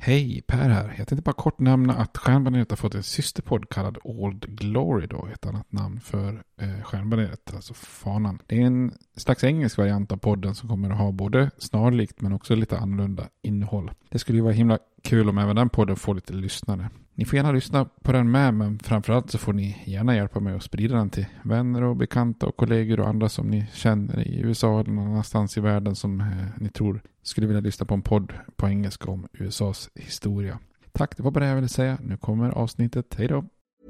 Hej, Per här. Jag tänkte bara kort nämna att Stjärnbaneret har fått en systerpodd kallad Old Glory då, ett annat namn för Stjärnbaneret, alltså fanan. Det är en slags engelsk variant av podden som kommer att ha både snarlikt men också lite annorlunda innehåll. Det skulle ju vara himla kul om även den podden får lite lyssnare. Ni får gärna lyssna på den med, men framförallt så får ni gärna hjälpa mig att sprida den till vänner och bekanta och kollegor och andra som ni känner i USA eller någon annanstans i världen som ni tror skulle vilja lyssna på en podd på engelska om USAs historia. Tack, det var bara det jag ville säga. Nu kommer avsnittet. Hej då!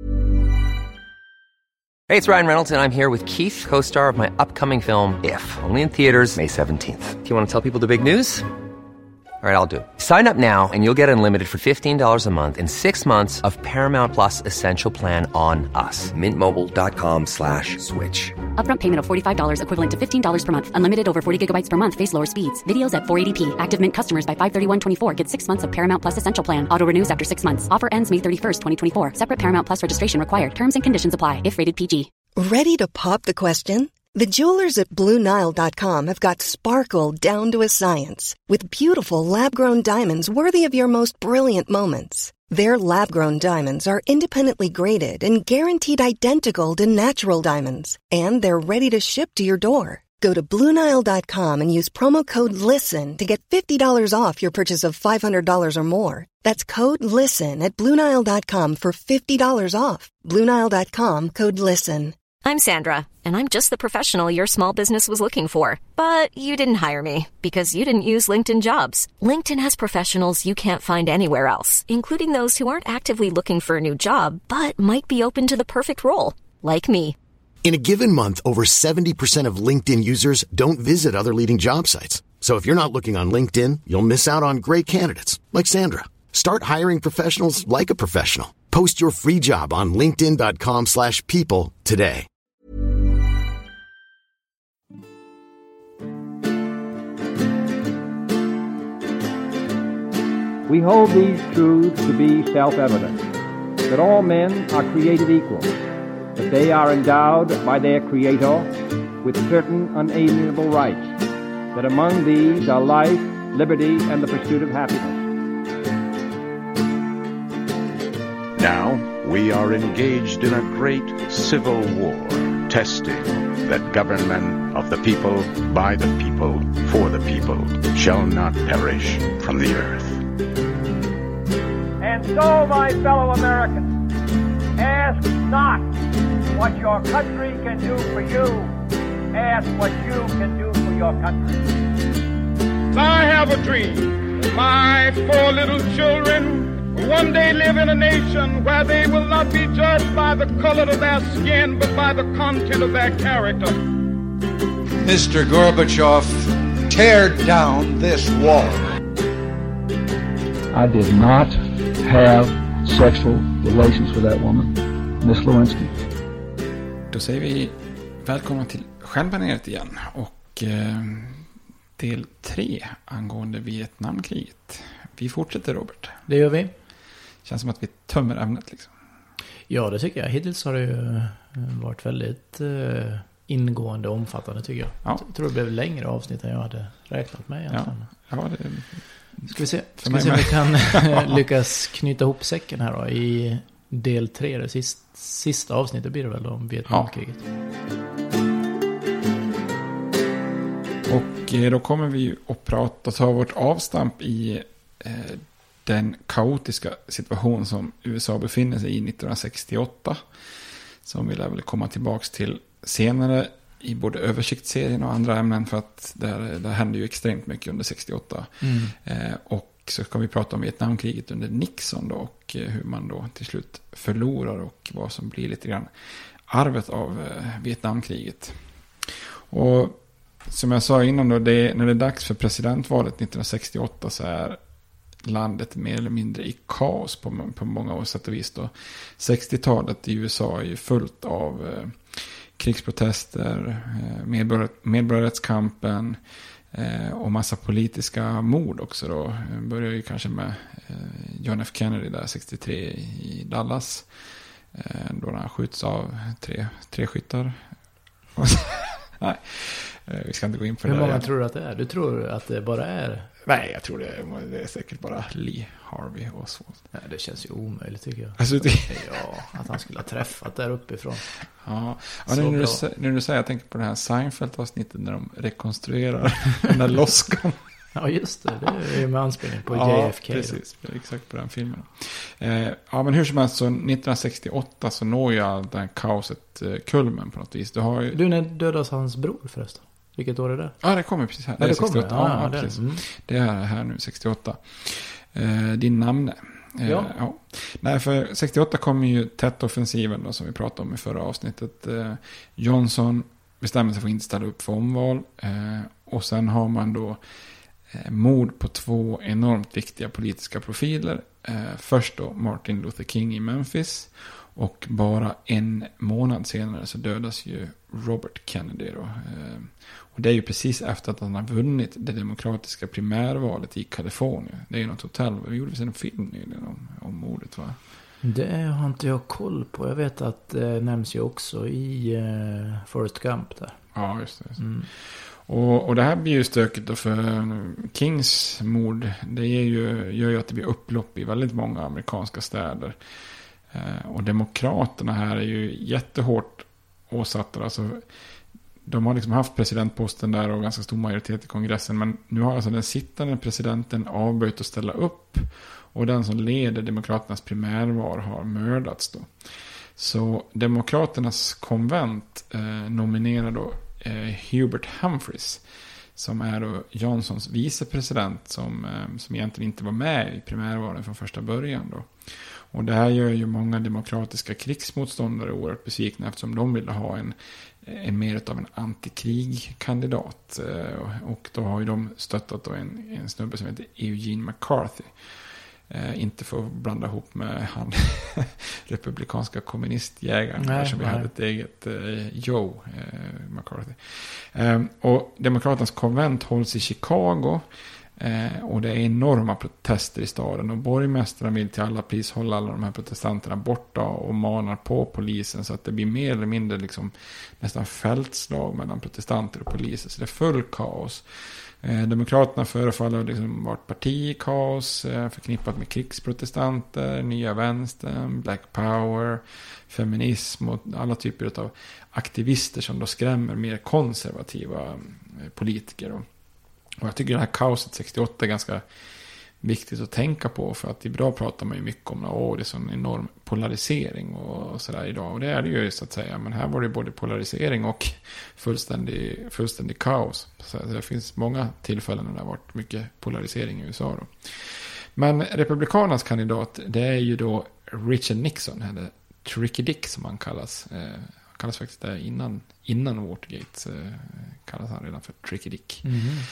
Hey, it's Ryan Reynolds and I'm here with Keith, co-star of my upcoming film, If, only in theaters May 17th. Do you want to tell people the big news? All right, I'll do it. Sign up now and you'll get unlimited for $15 a month and 6 months of Paramount Plus Essential Plan on us. MintMobile.com/switch. Upfront payment of $45 equivalent to $15 per month. Unlimited over 40 gigabytes per month. Face lower speeds. Videos at 480p. Active Mint customers by 531.24 get 6 months of Paramount Plus Essential Plan. Auto renews after 6 months. Offer ends May 31st, 2024. Separate Paramount Plus registration required. Terms and conditions apply if rated PG. Ready to pop the question? The jewelers at BlueNile.com have got sparkle down to a science with beautiful lab-grown diamonds worthy of your most brilliant moments. Their lab-grown diamonds are independently graded and guaranteed identical to natural diamonds, and they're ready to ship to your door. Go to BlueNile.com and use promo code LISTEN to get $50 off your purchase of $500 or more. That's code LISTEN at BlueNile.com for $50 off. BlueNile.com, code LISTEN. I'm Sandra, and I'm just the professional your small business was looking for. But you didn't hire me because you didn't use LinkedIn Jobs. LinkedIn has professionals you can't find anywhere else, including those who aren't actively looking for a new job, but might be open to the perfect role, like me. In a given month, over 70% of LinkedIn users don't visit other leading job sites. So if you're not looking on LinkedIn, you'll miss out on great candidates, like Sandra. Start hiring professionals like a professional. Post your free job on linkedin.com/people today. We hold these truths to be self-evident, that all men are created equal, that they are endowed by their Creator with certain unalienable rights, that among these are life, liberty, and the pursuit of happiness. Now we are engaged in a great civil war, testing that government of the people, by the people, for the people, shall not perish from the earth. And so, my fellow Americans, ask not what your country can do for you. Ask what you can do for your country. I have a dream. My 4 little children will one day live in a nation where they will not be judged by the color of their skin, but by the content of their character. Mr. Gorbachev, tear down this wall. I did not have sexual relations with that woman, Miss Lewinsky. Då säger vi välkomna till Stjärnbaneret igen och del 3 angående Vietnamkriget. Vi fortsätter, Robert. Det gör vi. Känns som att vi tömmer ämnet liksom. Ja, det tycker jag. Hittills har det ju varit väldigt ingående och omfattande, tycker jag. Ja. Jag tror det blev längre avsnitt än jag hade räknat med egentligen. Ja, det... Ska vi se om vi kan lyckas knyta ihop säcken här då i del 3, det sista avsnittet blir det väl om Vietnamkriget. Ja. Och då kommer vi ju att ta vårt avstamp i den kaotiska situation som USA befinner sig i 1968. Som vi lär väl komma tillbaka till senare i både översiktsserien och andra ämnen, för att där hände ju extremt mycket under 68. Och så ska vi prata om Vietnamkriget under Nixon då, och hur man då till slut förlorar och vad som blir lite grann arvet av Vietnamkriget. Och som jag sa innan då, när det är dags för presidentvalet 1968 så är landet mer eller mindre i kaos på många sätt och vis då. 60-talet i USA är ju fullt av krigsprotester, medborgarrättskampen och massa politiska mord också då. Börjar ju kanske med John F. Kennedy där 63 i Dallas, då han skjuts av tre skyttar. Nej, vi ska inte gå in på det. Hur många tror du att det är? Du tror att det bara är Nej, jag tror det är säkert bara Lee Harvey Oswald. Nej, det känns ju omöjligt tycker jag. Alltså, ja, att han skulle ha träffat där uppifrån. Ja, när du säger, jag tänker på det här Seinfeld-avsnittet när de rekonstruerar den där loskan. Ja, just det. Det är ju med anspelning på JFK. Ja, precis. Exakt på den filmen. Ja, men hur som helst, så 1968 så når ju all det här kaoset kulmen på något vis. Du, när dödas hans bror förresten? Vilket år är det? Ja, det kommer precis här. Det är 68. Ja, precis. Det är här nu, 68. Din namn. Ja. Nej, för 68 kommer ju Tet-offensiven då, som vi pratade om i förra avsnittet. Johnson bestämmer sig för att inte ställa upp för omval. Och sen har man då mord på 2 enormt viktiga politiska profiler. Först då Martin Luther King i Memphis. Och bara en månad senare så dödas ju Robert Kennedy då. Och det är ju precis efter att han har vunnit det demokratiska primärvalet i Kalifornien. Det är ju något hotell. Vi gjorde en film nyligen om mordet, va? Det har inte jag koll på. Jag vet att det nämns ju också i Forrest Gump där. Ja, just det. Och det här blir ju stökigt då, för Kings mord, det gör ju att det blir upplopp i väldigt många amerikanska städer. Och demokraterna här är ju jättehårt åsatta. Alltså, de har liksom haft presidentposten där och ganska stor majoritet i kongressen. Men nu har alltså den sittande presidenten avböjt att ställa upp. Och den som leder demokraternas primärval har mördats då. Så demokraternas konvent nominerar då Hubert Humphreys, som är då Johnsons vicepresident, som egentligen inte var med i primärvalen från första början då. Och det här gör ju många demokratiska krigsmotståndare oerhört besvikna, eftersom de ville ha en mer av en antikrigkandidat. Och då har ju de stöttat då en snubbe som heter Eugene McCarthy. Inte för att blanda ihop med han republikanska kommunistjägaren som vi hade ett eget Joe McCarthy. Och demokraternas konvent hålls i Chicago. Och det är enorma protester i staden. Och borgmästaren vill till alla pris hålla alla de här protestanterna borta och manar på polisen, så att det blir mer eller mindre liksom nästan fältslag mellan protestanter och poliser. Så det är full kaos. Demokraterna förefaller liksom vara ett parti i kaos, förknippat med krigsprotestanter, nya vänstern, black power, feminism och alla typer av aktivister som då skrämmer mer konservativa politiker. Och jag tycker det här kaoset 68 är ganska viktigt att tänka på, för att idag pratar man ju mycket om det är sån enorm polarisering och sådär idag. Och det är det ju så att säga, men här var det både polarisering och fullständig kaos. Så det finns många tillfällen när det har varit mycket polarisering i USA då. Men republikanernas kandidat, det är ju då Richard Nixon, eller Tricky Dick som han kallas. Han kallas faktiskt det innan Watergate, kallas han redan för Tricky Dick.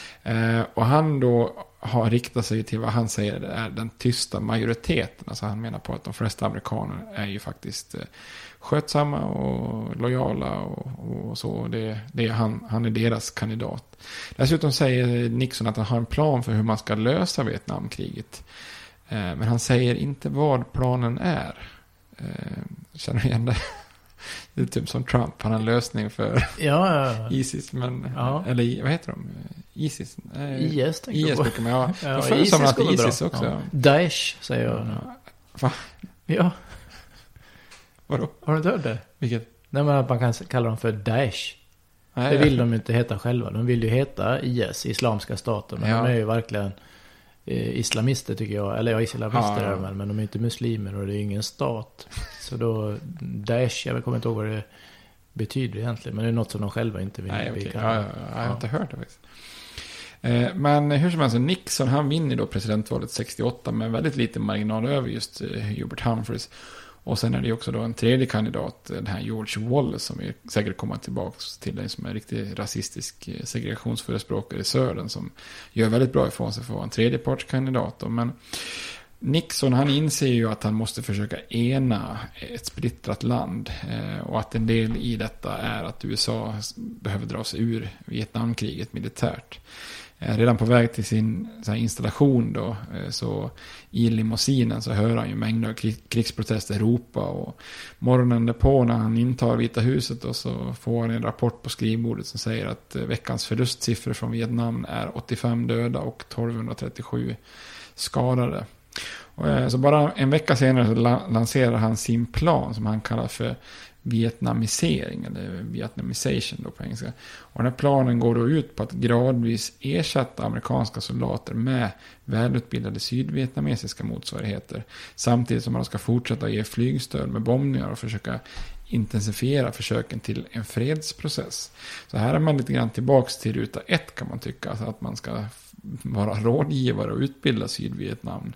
Och han då har riktat sig till vad han säger är den tysta majoriteten. Alltså han menar på att de flesta amerikaner är ju faktiskt skötsamma och lojala och så. Han är deras kandidat. Dessutom säger Nixon att han har en plan för hur man ska lösa Vietnamkriget. Men han säger inte vad planen är. Känner du igen det? Det är typ som Trump, han har en lösning för ISIS, men eller vad heter de? ISIS? IS brukar man ha. Ja, för ISIS att ISIS bra. Också. Ja. Daesh säger jag nu. Va? Ja. Vadå? Har du inte hört det? Vilket? Nej, men att man kan kalla dem för Daesh. Det vill de inte heta själva. De vill ju heta IS, Islamiska staten. Men de är ju verkligen islamister tycker jag. Eller islamister är de, men de är inte muslimer och det är ingen stat. Så då, Daesh, jag kommer inte ihåg vad det betyder egentligen. Men det är något som de själva inte vill. Nej, okay. Jag har inte hört det faktiskt. Men hur som helst, Nixon, han vinner då presidentvalet 68 med väldigt lite marginal över just Hubert Humphreys. Och sen är det också då en tredje kandidat, den här George Wallace, som vi säkert kommer tillbaka till, den som är en riktigt rasistisk segregationsförespråkare i södern, som gör väldigt bra ifrån sig för att vara en tredjepartskandidat. Men Nixon, han inser ju att han måste försöka ena ett splittrat land, och att en del i detta är att USA behöver dra sig ur Vietnamkriget militärt. Redan på väg till sin så här installation då, så i limousinen så hör han ju mängder av krigsprotester ropa, och morgonen därpå när han intar Vita huset då, så får han en rapport på skrivbordet som säger att veckans förlustsiffror från Vietnam är 85 döda och 1237 skadade. Så bara en vecka senare så lanserar han sin plan som han kallar för vietnamisering, eller vietnamisation då på engelska. Och den här planen går då ut på att gradvis ersätta amerikanska soldater med välutbildade sydvietnamesiska motsvarigheter, samtidigt som man ska fortsätta ge flygstöd med bombningar och försöka intensifiera försöken till en fredsprocess. Så här är man lite grann tillbaks till ruta 1 kan man tycka, alltså att man ska vara rådgivare och utbilda Sydvietnam.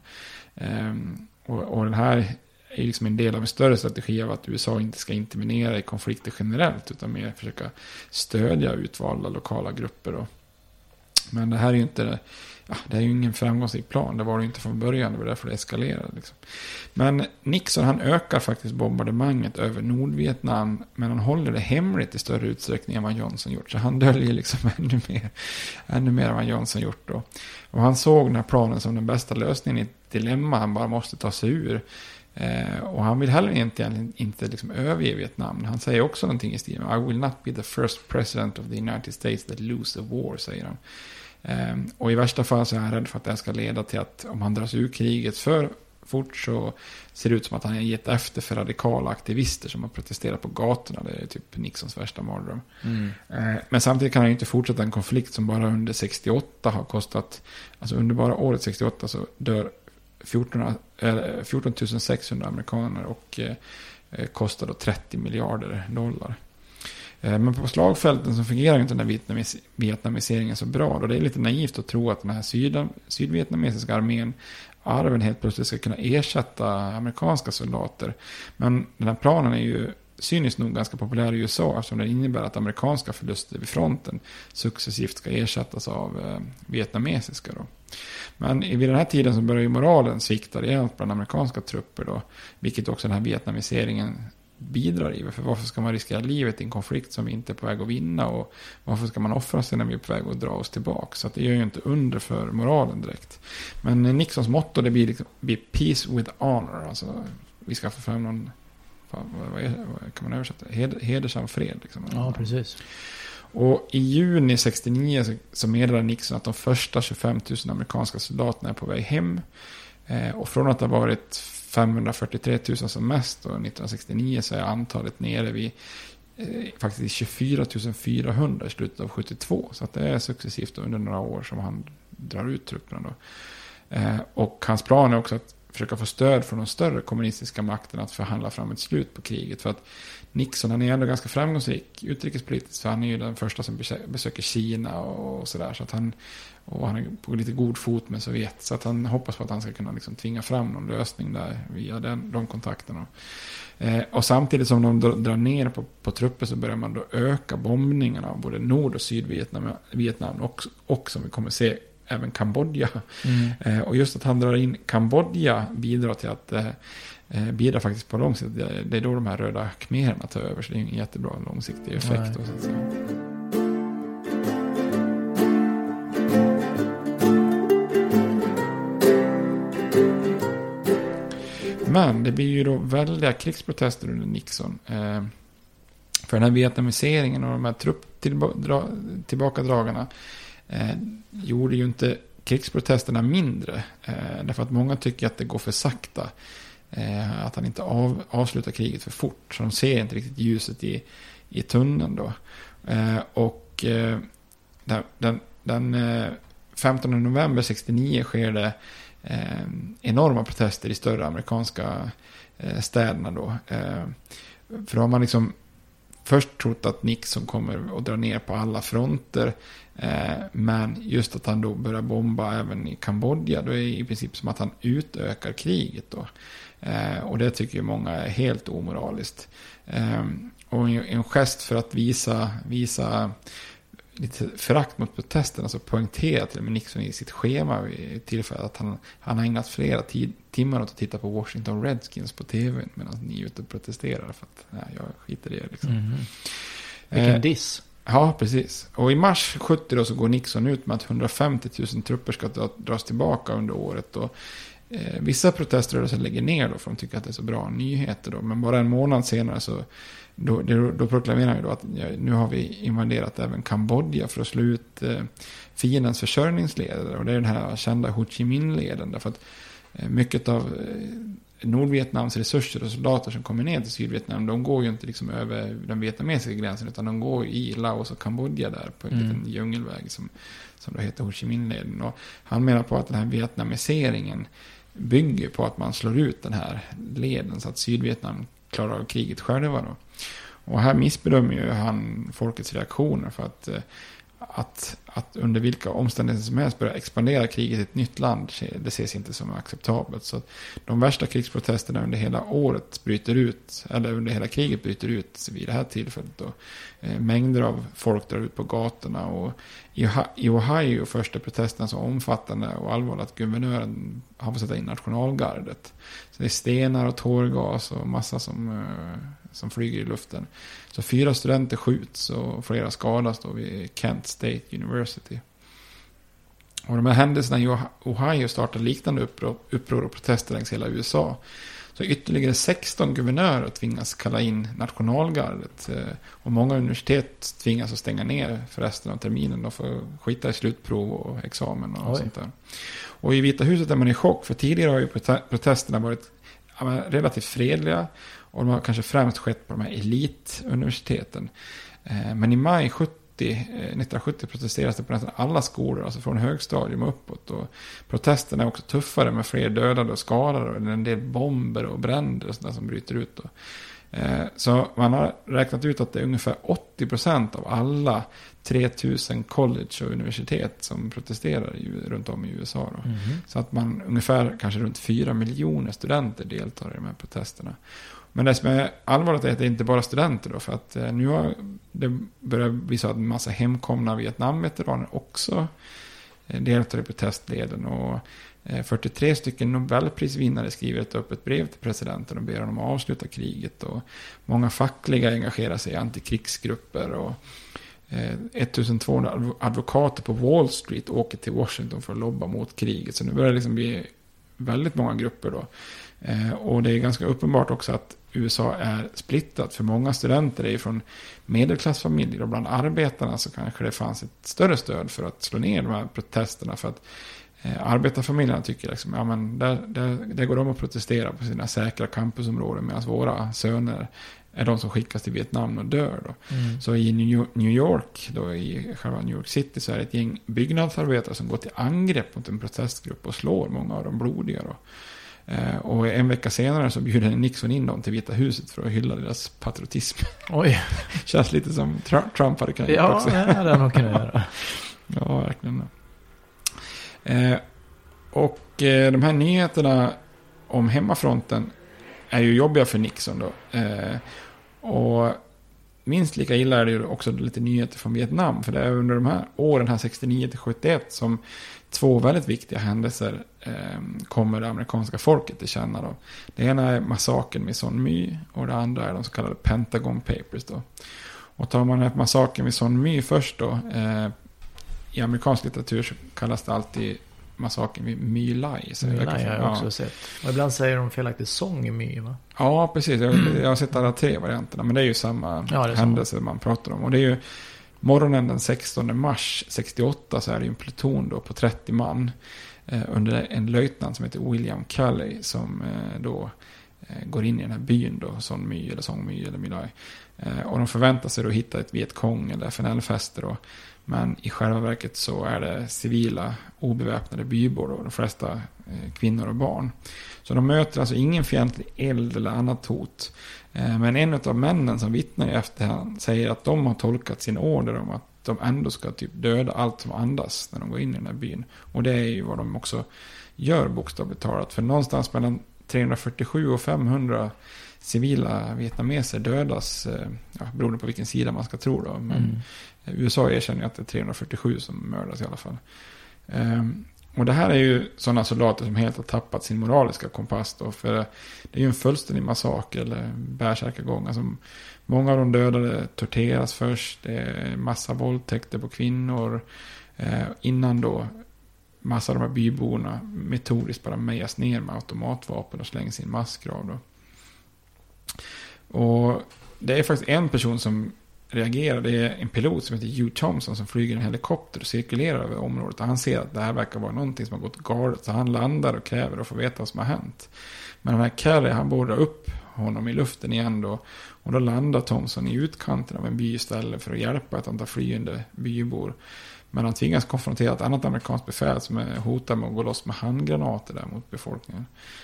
Och den här är liksom en del av en större strategi av att USA inte ska intervenera i konflikter generellt, utan mer försöka stödja utvalda lokala grupper då. Men det här är ju inte, det är ju ingen framgångsrik plan. Det var det inte från början, det var därför det eskalerade liksom. Men Nixon, han ökar faktiskt bombardemanget över Nordvietnam, men han håller det hemligt i större utsträckning än vad Johnson gjort. Så han döljer liksom ännu mer än vad Johnson gjort då. Och han såg den här planen som den bästa lösningen i ett dilemma han bara måste ta sig ur. Och han vill heller inte liksom överge Vietnam. Han säger också någonting i stilen: I will not be the first president of the United States that lose a war, säger han. Och i värsta fall så är han rädd för att det ska leda till att om han dras ur kriget för fort så ser det ut som att han har gett efter för radikala aktivister som har protesterat på gatorna. Det är typ Nixons värsta mardröm. Men samtidigt kan han ju inte fortsätta en konflikt som bara under 68 har kostat, alltså under bara året 68 så dör 14 600 amerikaner och kostar då 30 miljarder dollar. Men på slagfälten så fungerar inte den här vietnamiseringen så bra. Och det är lite naivt att tro att den här sydvietnamesiska armén, arven, helt plötsligt ska kunna ersätta amerikanska soldater. Men den här planen är ju cyniskt nog ganska populär i USA, eftersom det innebär att amerikanska förluster vid fronten successivt ska ersättas av vietnamesiska då. Men vid den här tiden så börjar ju moralen svikta rejält bland amerikanska trupper då, vilket också den här vietnamiseringen bidrar i. För varför ska man riskera livet i en konflikt som vi inte är på väg att vinna, och varför ska man offra sig när vi är på väg att dra oss tillbaka? Så att det gör ju inte under för moralen direkt. Men Nixons motto, det blir liksom peace with honor, alltså vi ska få fram någon, vad kan man översätta? Hedersam fred liksom. Ja, precis. Och i juni 69 så meddelar Nixon att de första 25 000 amerikanska soldaterna är på väg hem. Och från att det har varit 543 000 som mest och 1969 så är antalet nere vid faktiskt 24 400 i slutet av 72. Så att det är successivt under några år som han drar ut trupperna då. Och hans plan är också att försöka få stöd från de större kommunistiska makterna att förhandla fram ett slut på kriget. För att Nixon, han är ändå ganska framgångsrik utrikespolitiskt, för han är ju den första som besöker Kina och sådär. Så att han är på lite god fot med Sovjet. Så att han hoppas på att han ska kunna liksom tvinga fram någon lösning där via de kontakterna. Och samtidigt som de drar ner på trupper så börjar man då öka bombningarna av både Nord- och Sydvietnam och som vi kommer se även Kambodja. Och just att han drar in Kambodja bidrar till att bidrar faktiskt på lång sikt. Det är då de här röda khmererna tar över, så det är en jättebra långsiktig effekt. Så att säga. Men det blir ju då väldiga krigsprotester under Nixon. För den här vietnamiseringen och de här tillbakadragarna gjorde ju inte krigsprotesterna mindre. Därför att många tycker att det går för sakta. Att han inte avslutar kriget för fort. Så de ser inte riktigt ljuset i tunneln då. Och den 15 november 69 sker det enorma protester i större amerikanska städerna då. För då har man liksom först trott att Nixon kommer att dra ner på alla fronter. Men just att han då börjar bomba även i Kambodja, då är det i princip som att han utökar kriget då. Och det tycker ju många är helt omoraliskt. Och en gest för att visa lite förakt mot protesterna så poängterar till och med Nixon i sitt schema vid tillfället att han har ägnat flera timmar åt att titta på Washington Redskins på tv medan ni är ute och protesterar, för att jag skiter i det liksom. Vilken diss. Ja, precis. Och i mars 70 då så går Nixon ut med att 150 000 trupper ska dras tillbaka under året. Och vissa proteströrelser lägger ner då för de tycker att det är så bra nyheter då. Men bara en månad senare så då proklamerar han då att nu har vi invaderat även Kambodja för att slå ut fiendens försörjningsledare. Och det är den här kända Ho Chi Minh-leden. Därför att mycket av Nordvietnams resurser och soldater som kommer ner till Sydvietnam, de går ju inte liksom över den vietnamesiska gränsen, utan de går i Laos och Kambodja där på en liten djungelväg som då heter Ho Chi Minh-leden. Och han menar på att den här vietnamiseringen bygger på att man slår ut den här leden så att Sydvietnam klarar av kriget själva då. Och här missbedömer ju han folkets reaktioner för att under vilka omständigheter som helst börja expandera kriget i ett nytt land, det ses inte som acceptabelt. Så att de värsta krigsprotesterna under hela året bryter ut, eller under hela kriget bryter ut vid det här tillfället. Och mängder av folk drar ut på gatorna, och i Ohio första protesterna så omfattande och allvarligt att guvernören har fått sätta in nationalgardet. Så det är stenar och tårgas och massa som flyger i luften. Så 4 studenter skjuts och flera skadas då vid Kent State University. Och de här händelserna i Ohio startade liknande uppror och protester längs hela USA. Så ytterligare 16 guvernörer tvingas kalla in nationalgardet. Och många universitet tvingas att stänga ner för resten av terminen. De får skita i slutprov och examen och sånt där. Och i Vita huset är man i chock, för tidigare har ju protesterna varit relativt fredliga. Och de har kanske främst skett på de här elituniversiteten. Men i maj 1970 protesterades det på nästan alla skolor, alltså från högstadium och uppåt. Och protesterna är också tuffare med fler dödade och skadade och en del bomber och bränder och sådär som bryter ut då. Så man har räknat ut att det är ungefär 80% av alla 3000 college och universitet som protesterar runt om i USA då. Så att man ungefär kanske runt 4 miljoner studenter deltar i de här protesterna. Men det som är allvarligt är att det inte bara studenter då, för att nu har det börjat bli så att en massa hemkomna Vietnamveteraner också deltar i protestleden, och 43 stycken Nobelprisvinnare skriver ett öppet brev till presidenten och ber honom avsluta kriget, och många fackliga engagerar sig i antikrigsgrupper, och 1200 advokater på Wall Street åker till Washington för att lobba mot kriget. Så nu börjar det liksom bli väldigt många grupper då. Och det är ganska uppenbart också att USA är splittat, för många studenter är från medelklassfamiljer, och bland arbetarna så kanske det fanns ett större stöd för att slå ner de här protesterna, för att arbetarfamiljerna tycker liksom, ja men där går de och protesterar på sina säkra campusområden, medan våra söner är de som skickas till Vietnam och dör då. Så i New York då, i själva New York City, så är det ett gäng byggnadsarbetare som går till angrepp mot en protestgrupp och slår många av dem blodiga då. Och en vecka senare så bjuder Nixon in dem till Vita huset för att hylla deras patriotism. Oj. Känns lite som Trump hade kunnat göra också. Ja, det hade han kunnat göra. Ja, verkligen. Och de här nyheterna om hemmafronten är ju jobbiga för Nixon då. Och minst lika illa är det ju också lite nyheter från Vietnam. För det är under de här åren, här 69-71, som 2 väldigt viktiga händelser kommer det amerikanska folket till känna då. Det ena är massakern med Son My, och det andra är de så kallade Pentagon Papers då. Och tar man massakern med Son My först då, i amerikansk litteratur så kallas det alltid massakern vid My Lai. My Lai har jag också sett. Och ibland säger de felaktigt sång i My, va? Ja, precis. Jag har sett alla 3 varianterna, men det är ju samma händelse man pratar om. Och det är ju morgonen den 16 mars 68, så är det ju en pluton då på 30 man under en löjtnant som heter William Kelly, som då går in i den här byn då, Son My eller Song My eller My Lai. Och de förväntar sig då hitta ett Vietkong eller FNL-fäste då. Men i själva verket så är det civila, obeväpnade bybor och de flesta kvinnor och barn. Så de möter alltså ingen fientlig eld eller annat hot. Men en av männen som vittnar i efterhand säger att de har tolkat sin order om att de ändå ska typ döda allt som andas när de går in i den här byn. Och det är ju vad de också gör bokstavligt talat. För någonstans mellan 347 och 500 civila vietnameser dödas, beroende på vilken sida man ska tro då. Men USA erkänner att det är 347 som mördas i alla fall. Och det här är ju sådana soldater som helt har tappat sin moraliska kompass då, för det är ju en fullständig massaker eller bärsärkagång. Alltså, många av de dödade torteras först, det är massa våldtäkter på kvinnor, innan då massa av de här byborna metodiskt bara mejas ner med automatvapen och slängs i en massgrav då. Och det är faktiskt en person som reagerar. Det är en pilot som heter Hugh Thompson som flyger en helikopter och cirkulerar över området. Och han ser att det här verkar vara någonting som har gått galet. Så han landar och kräver att få veta vad som har hänt. Men den här Kelly, han bordar upp honom i luften igen då. Och då landar Thompson i utkanten av en by istället för att hjälpa ett antal flyende bybor. Men han tvingas konfrontera ett annat amerikanskt befäl som hotar med att gå loss med handgranater där mot befolkningen.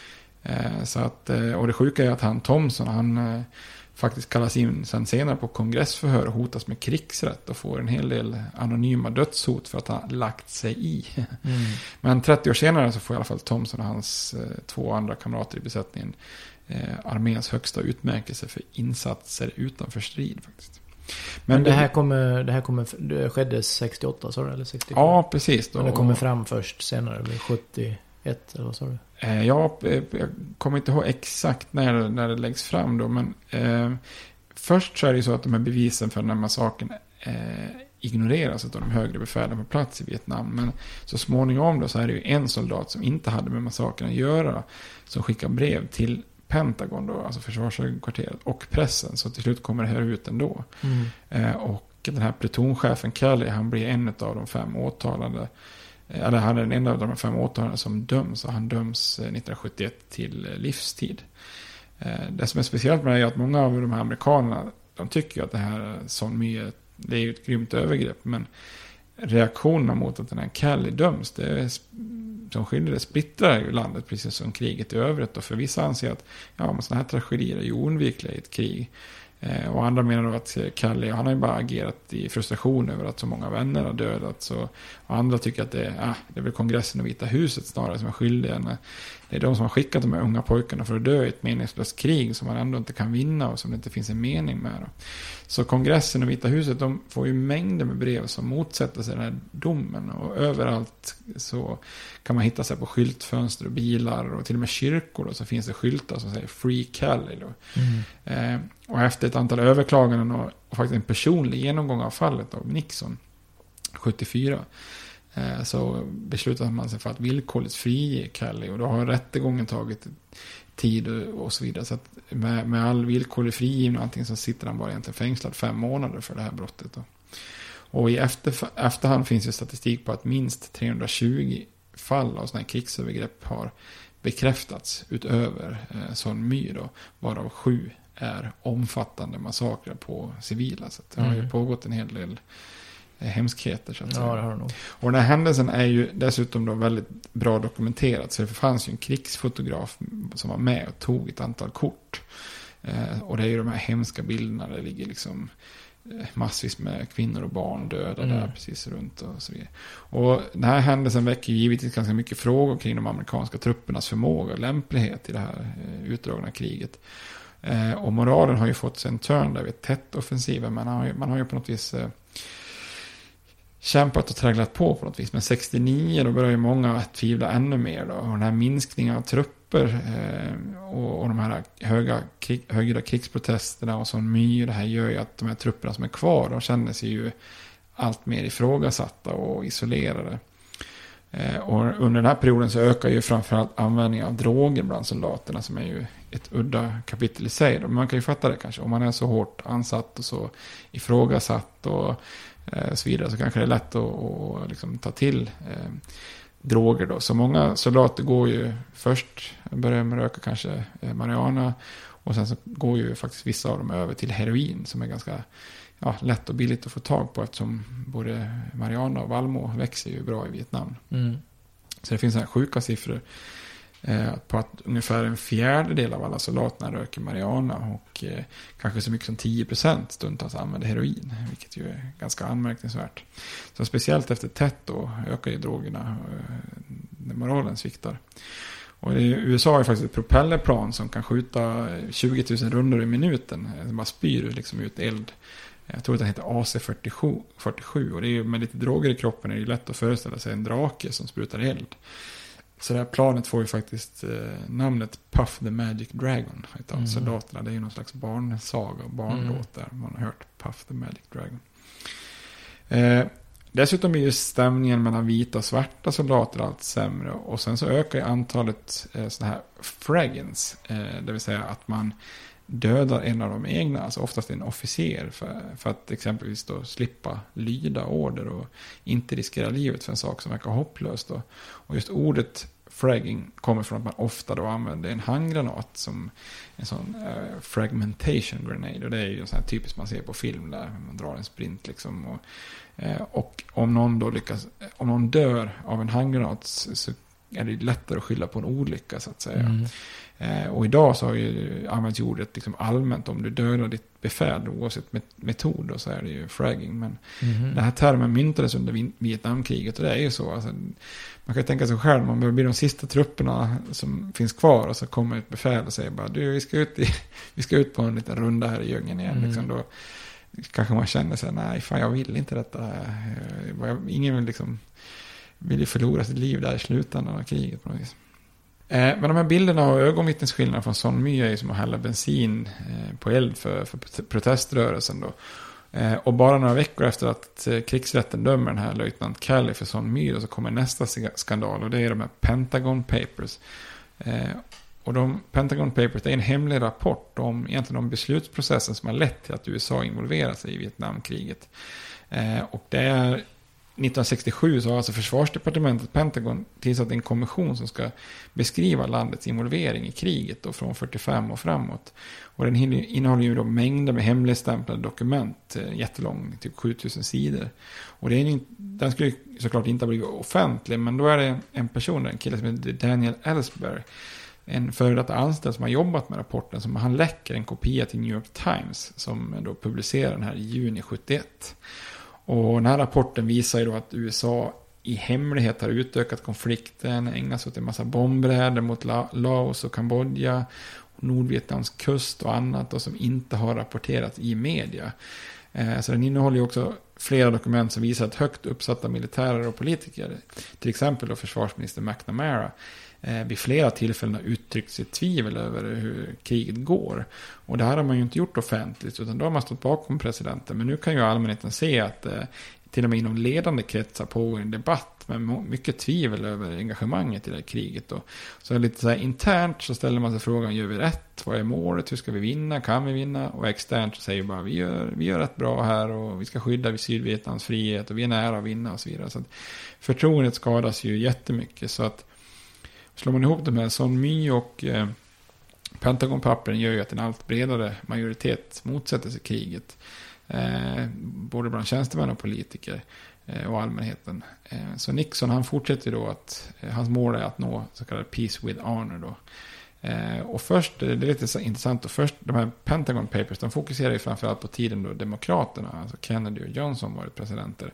Så att, och det sjuka är att han Thompson, faktiskt kallas in sen senare på kongressförhör och hotas med krigsrätt och får en hel del anonyma dödshot för att han lagt sig i. Men 30 år senare så får i alla fall Thompson och hans 2 andra kamrater i besättningen arméns högsta utmärkelse för insatser utanför strid faktiskt. Men det här skedde 68, sa du, eller 67? Ja, precis. Då. Men det kommer fram först senare, vid 71, eller vad sa du? Jag kommer inte ihåg exakt när det läggs fram då, men först så är det ju så att de här bevisen för den här massakern ignoreras av de högre befälen på plats i Vietnam. Men så småningom då så är det ju en soldat som inte hade med massakern att göra som skickar brev till Pentagon då, alltså försvarshögkvarteret och pressen, så till slut kommer det här ut ändå. Och den här plutonchefen Kelly, han blir en av de 5 åtalade, eller han är den enda av de 5 åtalade som döms, och han döms 1971 till livstid. Det som är speciellt med det är att många av de här amerikanerna, de tycker att det här är sån mycket, det är ju ett grymt övergrepp, men reaktionerna mot att den här Kelly döms, det är som skiljer, splittrar ju landet precis som kriget i övrigt. Och för vissa anser att men sådana här tragedier är ju oundvikliga i ett krig. Och andra menar då att Kelly, han har ju bara agerat i frustration över att så många vänner har dödats. Och andra tycker att det är väl kongressen och Vita huset snarare som är skyldiga. Det är de som har skickat de här unga pojkarna för att dö i ett meningslöst krig som man ändå inte kan vinna och som det inte finns en mening med. Då. Så kongressen och Vita huset, de får ju mängder med brev som motsätter sig den här domen. Och överallt så kan man hitta sig på skyltfönster och bilar och till och med kyrkor. Och så finns det skyltar som säger Free Kelly. Då. Och efter ett antal överklaganden och faktiskt en personlig genomgång av fallet av Nixon 74 så beslutade man sig för att villkorligt frige Kelly, och då har rättegången tagit tid och så vidare, så att med all villkorlig frigivning och allting så sitter han bara egentligen fängslad 5 månader för det här brottet då. Och i efterhand finns ju statistik på att minst 320 fall av sådana här krigsövergrepp har bekräftats utöver sån då, varav 7 är omfattande massakrer på civila, så det har ju pågått en hel del hemskheter så att säga. Ja, det har det nog. Och den här händelsen är ju dessutom då väldigt bra dokumenterat, så det fanns ju en krigsfotograf som var med och tog ett antal kort. Och det är ju de här hemska bilderna där det ligger liksom massvis med kvinnor och barn döda där precis runt och så vidare. Och den här händelsen väcker givetvis ganska mycket frågor kring de amerikanska truppernas förmåga och lämplighet i det här utdragna kriget. Och moralen har ju fått sig en turn där vid Tet-offensiven. Man har ju på något vis kämpat och träglat på något vis. Men 69 då börjar ju många tvivla ännu mer då. Och den här minskningen av trupper och de här högre krigsprotesterna och sån det här gör ju att de här trupperna som är kvar, de känner sig ju allt mer ifrågasatta och isolerade. Och under den här perioden så ökar ju framförallt användningen av droger bland soldaterna, som är ju ett udda kapitel i sig. Men man kan ju fatta det kanske. Om man är så hårt ansatt och så ifrågasatt och så vidare, så kanske det är lätt att liksom ta till droger då. Så många soldater går ju först, börjar med röka kanske marijuana, och sen så går ju faktiskt vissa av dem över till heroin, som är ganska lätt och billigt att få tag på, eftersom både marijuana och Valmo växer ju bra i Vietnam. Så det finns här sjuka siffror på att ungefär 1/4 av alla soldaterna röker marijuana, och kanske så mycket som 10% stundtals använder heroin, vilket ju är ganska anmärkningsvärt. Så speciellt efter Tet då ökar ju drogerna när moralen sviktar. Och i USA har ju faktiskt ett propellerplan som kan skjuta 20 000 rundor i minuten. Det bara spyr liksom ut eld Jag tror att den heter AC-47 och det är ju med lite droger i kroppen är det ju lätt att föreställa sig en drake som sprutar eld. Så det här planet får ju faktiskt namnet Puff the Magic Dragon av soldaterna. Det är ju någon slags barnsaga och barnlåt där man har hört Puff the Magic Dragon. Dessutom är ju stämningen mellan vita och svarta soldater allt sämre. Och sen så ökar ju antalet sådana här fraggins. Det vill säga att man dödar en av de egna, alltså oftast en officer. För att exempelvis då slippa lyda order och inte riskera livet för en sak som verkar hopplöst. Då. Och just ordet fragging kommer från att man ofta då använder en handgranat som en sån fragmentation grenade. Och det är ju så här typiskt man ser på film där man drar en sprint liksom. Och om någon då om någon dör av en handgranat så är det lättare att skylla på en olycka så att säga. Och idag så har ju använts ordet liksom allmänt om du dödar ditt befäl oavsett metod och så är det ju fragging. Men den här termen myntades under Vietnamkriget och det är ju så. Alltså, man kan ju tänka sig själv, man börjar bli de sista trupperna som finns kvar och så kommer ett befäl och säger bara du vi ska ut på en liten runda här i djungeln igen. Liksom, då kanske man känner sig nej fan jag vill inte detta. Ingen vill ju förlora sitt liv där i slutändan av kriget på något vis. Men de här bilderna och ögonvittnesskildringarna från Son My är ju som att hälla bensin på eld för proteströrelsen då. Och bara några veckor efter att krigsrätten dömer den här löjtnant Kelly för Son My så kommer nästa skandal och det är de här Pentagon Papers. Och de Pentagon Papers det är en hemlig rapport om egentligen de beslutsprocessen som har lett till att USA involverar sig i Vietnamkriget. Och det är 1967 så har alltså försvarsdepartementet Pentagon tillsatt en kommission som ska beskriva landets involvering i kriget då från 45 och framåt. Och den innehåller ju då mängder med hemligstämplade dokument, jättelång, typ 7000 sidor. Och den skulle såklart inte ha blivit offentlig, men då är det en person, en kille som heter Daniel Ellsberg, en före detta anställd som har jobbat med rapporten, som han läcker en kopia till New York Times som då publicerar den här i juni 71. Och den här rapporten visar ju då att USA i hemlighet har utökat konflikten, ägnat sig åt en massa bombräder mot Laos och Kambodja, och Nordvietnams kust och annat och som inte har rapporterats i media. Så den innehåller ju också flera dokument som visar att högt uppsatta militärer och politiker, till exempel då försvarsminister McNamara, vid flera tillfällen har uttryckt sitt tvivel över hur kriget går. Och det här har man ju inte gjort offentligt, utan då har man stått bakom presidenten. Men nu kan ju allmänheten se att till och med inom ledande kretsar pågår en debatt med mycket tvivel över engagemanget i det här kriget. Då. Så lite så här internt så ställer man sig frågan, gör vi rätt? Vad är målet? Hur ska vi vinna? Kan vi vinna? Och externt så säger bara, vi gör rätt bra här och vi ska skydda vid Sydvietnams frihet och vi är nära att vinna och så vidare. Så att förtroendet skadas ju jättemycket, så att slår man ihop de här Son My och Pentagon-pappren gör ju att en allt bredare majoritet motsätter sig kriget. Både bland tjänstemän och politiker och allmänheten. Så Nixon han fortsätter då att hans mål är att nå så kallad peace with honor då. Och först, det är lite intressant, och först de här Pentagon Papers de fokuserar ju framförallt på tiden då demokraterna, alltså Kennedy och Johnson varit presidenter.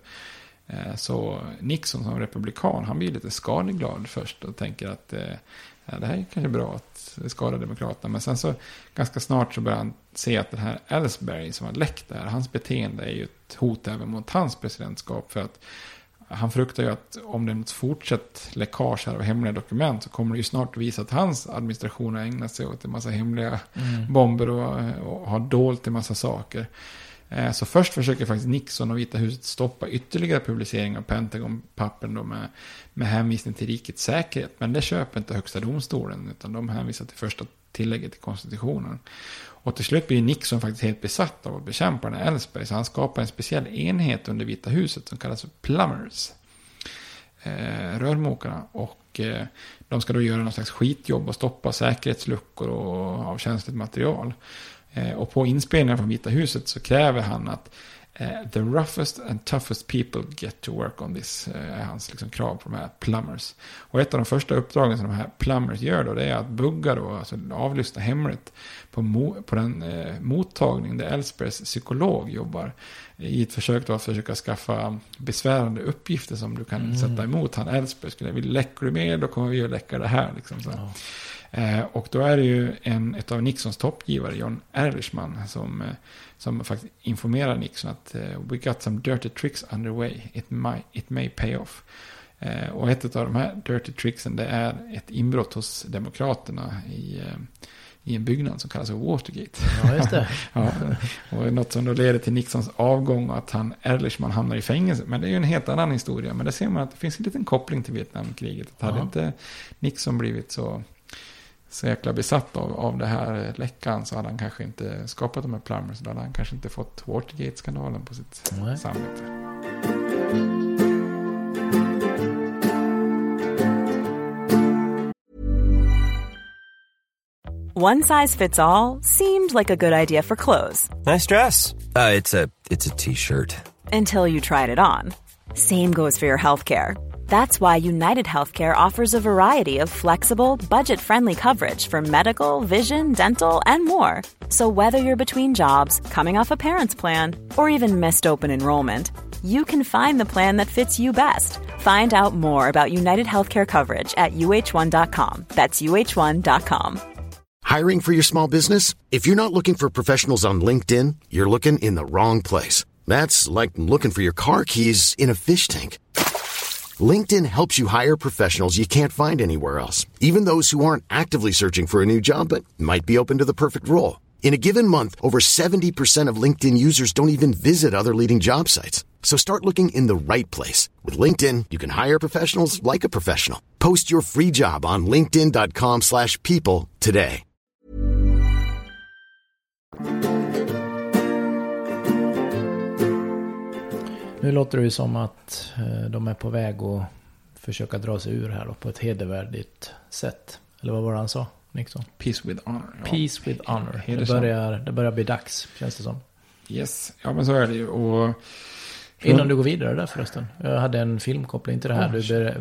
Så Nixon som republikan, han blir lite skadeglad först och tänker att det här är kanske bra att det skadar demokraterna. Men sen så ganska snart så börjar han se att den här Ellsberg som har läckt där, hans beteende är ju ett hot även mot hans presidentskap. För att han fruktar ju att om det är något fortsatt läckage här av hemliga dokument så kommer det ju snart att visa att hans administration har ägnat sig åt en massa hemliga bomber och har dolt en massa saker. Så först försöker faktiskt Nixon och Vita huset stoppa ytterligare publicering av Pentagon-pappren då med hänvisning till rikets säkerhet. Men det köper inte högsta domstolen, utan de hänvisar till första tillägget till konstitutionen. Och till slut blir Nixon faktiskt helt besatt av att bekämpa den Ellsberg, så han skapar en speciell enhet under Vita huset som kallas för plumbers. Rörmokarna. Och de ska då göra någon slags skitjobb och stoppa säkerhetsluckor och av känsligt material. Och på inspelningen från Vita huset så kräver han att the roughest and toughest people get to work on this, är hans liksom krav på de här plumbers. Och ett av de första uppdragen som de här plumbers gör då, det är att bugga då, alltså avlyssna hemligt på den mottagning där Ellsbergs psykolog jobbar, i ett försök då att försöka skaffa besvärande uppgifter som du kan sätta emot han Ellsberg. Vill läcker du mer, då kommer vi att läcka det här liksom så. Ja. Och då är det ju ett av Nixons toppgivare, John Ehrlichman, som faktiskt informerar Nixon att we got some dirty tricks underway, it may pay off. Och ett av de här dirty tricksen, det är ett inbrott hos demokraterna i en byggnad som kallas för Watergate. Ja, just det. Ja, och något som då leder till Nixons avgång och att Ehrlichman hamnar i fängelse. Men det är ju en helt annan historia. Men där ser man att det finns en liten koppling till Vietnamkriget. Att hade inte Nixon blivit så jäkla besatt av det här läckan, så hade han kanske inte skapat de här Plumbers. Då hade han kanske inte fått Watergate-skandalen på sitt samvete. One size fits all seemed like a good idea for clothes. Nice dress. It's a t-shirt. Until you tried it on. Same goes for your healthcare. That's why United Healthcare offers a variety of flexible, budget-friendly coverage for medical, vision, dental, and more. So whether you're between jobs, coming off a parent's plan, or even missed open enrollment, you can find the plan that fits you best. Find out more about United Healthcare coverage at uh1.com. That's uh1.com. Hiring for your small business? If you're not looking for professionals on LinkedIn, you're looking in the wrong place. That's like looking for your car keys in a fish tank. LinkedIn helps you hire professionals you can't find anywhere else, even those who aren't actively searching for a new job but might be open to the perfect role. In a given month, over 70% of LinkedIn users don't even visit other leading job sites. So start looking in the right place. With LinkedIn, you can hire professionals like a professional. Post your free job on linkedin.com/people today. Nu låter det ju som att de är på väg att försöka dra sig ur här då, på ett hedervärdigt sätt. Eller vad var det han sa, Nixon? Peace with honor. Ja. Peace with honor. Det börjar bli dags, känns det som. Yes, ja men så är det ju. Och innan du går vidare där förresten. Jag hade en filmkoppling till det här.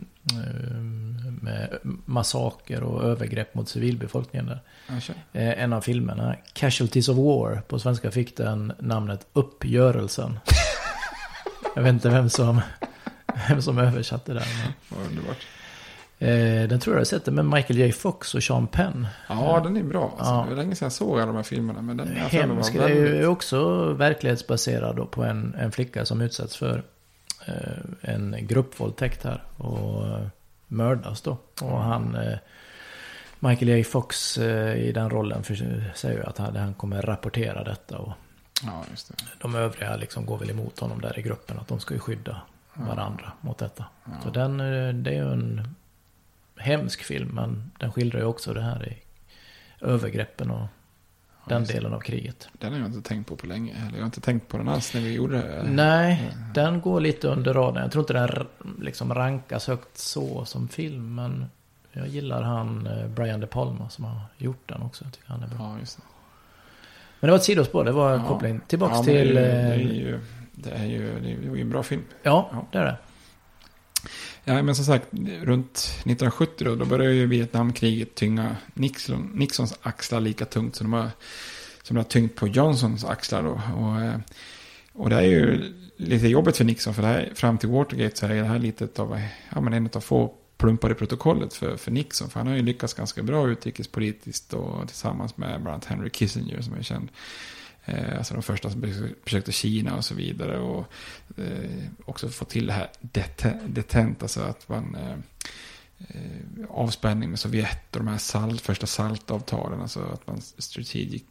Med massaker och övergrepp mot civilbefolkningen där. En av filmerna, Casualties of War, på svenska fick den namnet Uppgörelsen. Jag vet inte vem som översatte det. Vad underbart. Den tror jag sett det med Michael J. Fox och Sean Penn. Ja, den är bra. Alltså, det var länge sedan jag såg alla de här filmerna. Men den hemsk. Det är ju också verklighetsbaserad då på en flicka som utsätts för en gruppvåldtäkt här. Och mördas då. Och Michael J. Fox i den rollen säger ju att han kommer rapportera detta. Och ja, just det. De övriga liksom går väl emot honom där i gruppen, att de ska ju skydda varandra mot detta. Ja. Så det är ju en hemsk film, men den skildrar ju också det här i övergreppen och den delen av kriget. Den har jag inte tänkt på länge. Eller jag har inte tänkt på den alls när vi gjorde det. Nej, den går lite under raden. Jag tror inte den liksom rankas högt så som film, men jag gillar Brian De Palma som har gjort den också. Jag tycker han är bra. Ja, just det. Men det var ett sidospår, det var koppling tillbaks till... Det är ju en bra film. Ja, det är det. Ja, men som sagt, runt 1970 då började ju Vietnamkriget tynga Nixons axlar lika tungt som det har tyngt på Johnsons axlar då. Och det är ju lite jobbigt för Nixon, för det här, fram till Watergate så är det här lite av en av få plumpar i protokollet för Nixon. För han har ju lyckats ganska bra utrikespolitiskt och tillsammans med bland annat Henry Kissinger som är känd. Alltså de första som besökte Kina och så vidare. Och också få till det här detent, alltså att man avspänning med Sovjet och de här första saltavtalen, alltså att man Strategic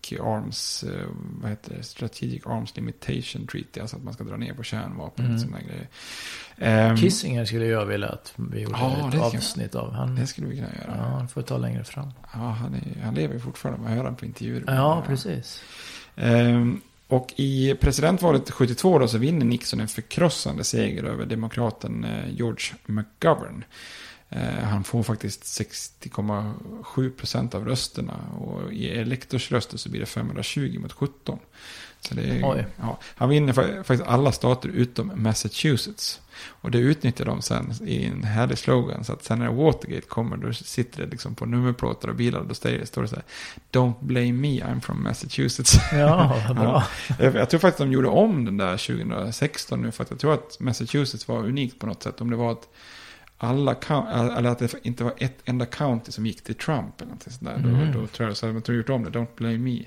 Arms Limitation Treaty, alltså att man ska dra ner på kärnvapen och sådana grejer. Kissinger skulle jag vilja att vi gjorde ett avsnitt av. Det skulle vi kunna göra. Ja, han får ta längre fram. Ja, han lever ju fortfarande, man hör han på intervjuer. Ja, precis. Och i presidentvalet 72 då så vinner Nixon en förkrossande seger över demokraten George McGovern. Han får faktiskt 60,7% av rösterna, och i elektorsröster så blir det 520 mot 17. Så det är, han vinner faktiskt alla stater utom Massachusetts. Och det utnyttjar de sen i en härlig slogan, så att sen när Watergate kommer då sitter det liksom på nummerplåtar och bilar och då står det så här: Don't blame me, I'm from Massachusetts. Ja, bra. Jag tror faktiskt de gjorde om den där 2016 nu, för att jag tror att Massachusetts var unikt på något sätt. Om det var att eller att det inte var ett enda county som gick till Trump eller något sådär. Då tror jag så hade man gjort om det. Don't blame me.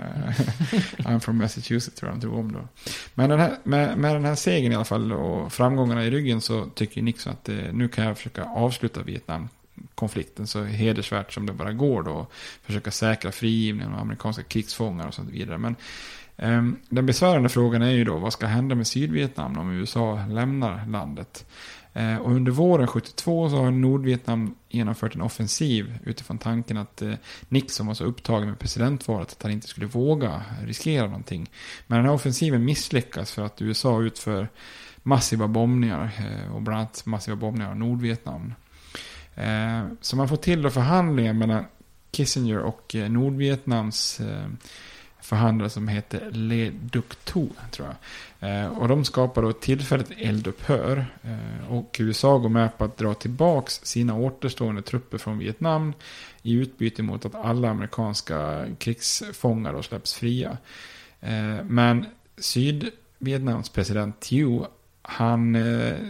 I'm from Massachusetts, tror jag de tog om då. Men med den här segern i alla fall och framgångarna i ryggen så tycker Nixon att nu kan jag försöka avsluta Vietnamkonflikten så hedersvärt som det bara går då. Och försöka säkra frigivningen av amerikanska krigsfångar och så vidare. Men den besvärande frågan är ju då vad ska hända med Sydvietnam om USA lämnar landet? Och under våren 72 så har Nordvietnam genomfört en offensiv utifrån tanken att Nixon var så upptagen med presidentvalet att han inte skulle våga riskera någonting. Men den här offensiven misslyckas för att USA utför massiva bombningar och bland annat massiva bombningar av Nordvietnam. Så man får till då förhandlingar mellan Kissinger och Nordvietnams förhandlare som heter Le Duc Thu, tror jag. Och de skapar då ett tillfälligt eldupphör. Och USA går med på att dra tillbaks sina återstående trupper från Vietnam i utbyte mot att alla amerikanska krigsfångar då släpps fria. Men Sydvietnams president Thieu, han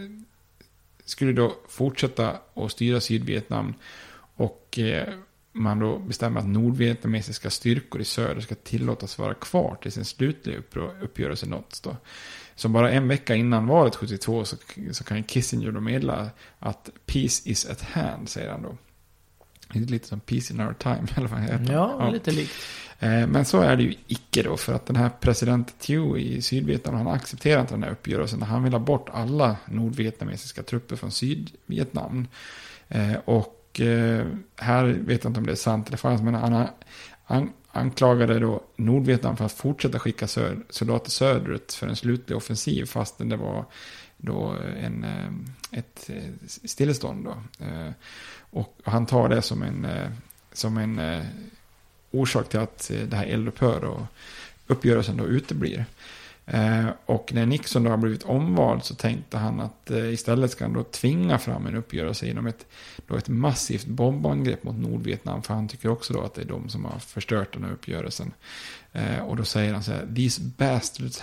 skulle då fortsätta att styra Sydvietnam och man då bestämmer att nordvietnamesiska styrkor i söder ska tillåtas vara kvar till sin slutliga uppgörelse nåtts då. Så bara en vecka innan valet 72 så kan Kissinger då meddela att peace is at hand, säger han då. Lite som peace in our time, eller vad heter det? Ja, lite likt. Men så är det ju icke då, för att den här president Thieu i Sydvietnam, han accepterar inte den här uppgörelsen. Han vill ha bort alla nordvietnamesiska trupper från Sydvietnam. Och här vet jag inte om det är sant eller falskt, men han anklagade då Nordvietnam för att fortsätta skicka soldater söderut för en slutlig offensiv, fastän det var då ett stillestånd då. Och han tar det som en orsak till att det här eldupphör och uppgörelsen då uteblir. Och när Nixon då har blivit omvald så tänkte han att istället ska han då tvinga fram en uppgörelse genom ett massivt bombangrepp mot Nordvietnam, för han tycker också då att det är de som har förstört den här uppgörelsen. Och då säger han så här: "These bastards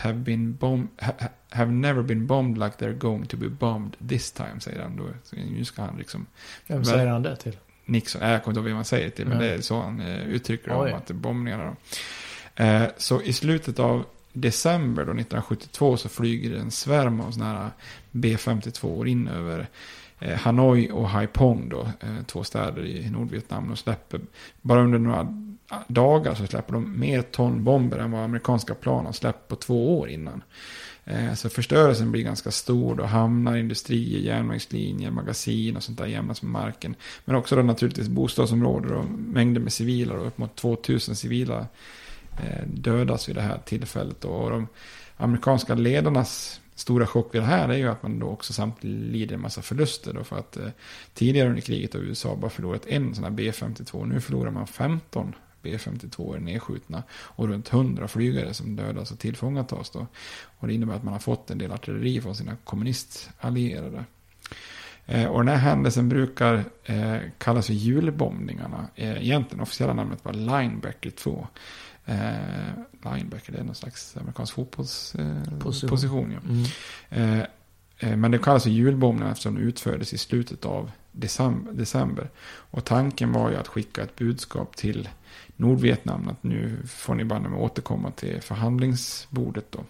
have never been bombed like they're going to be bombed this time", säger han då. Så nu ska han liksom... Vem säger han det till? Nixon, jag kommer inte ihåg vad man säger till, men det är så han uttrycker det, om att det är bombningarna då. Så i slutet av december då 1972 så flyger en svärm av såna här B-52 in över Hanoi och Haiphong då, två städer i Nordvietnam, och släpper bara under några dagar så släpper de mer ton bomber än vad amerikanska plan har släppt på 2 år innan. Så förstörelsen blir ganska stor då, hamnar, industrier, järnvägslinjer, magasin och sånt där jämnas med marken. Men också då naturligtvis bostadsområden och mängder med civila, och upp mot 2000 civila dödas vid det här tillfället. Och de amerikanska ledarnas stora chock vid det här är ju att man då också samtidigt lider en massa förluster då, för att tidigare under kriget har USA bara förlorat en sån här B-52. Nu förlorar man 15 B-52 nedskjutna och runt 100 flygare som dödas och tillfångatas då. Och det innebär att man har fått en del artilleri från sina kommunistallierade. Och den här händelsen brukar kallas för julbombningarna. Egentligen officiella namnet var Linebacker 2. Linebacker, det är någon slags amerikansk fotbollsposition. Ja. Men det kallas för julbombningar eftersom de utfördes i slutet av december. Och tanken var ju att skicka ett budskap till Nordvietnam att nu får ni banne med återkomma till förhandlingsbordet då.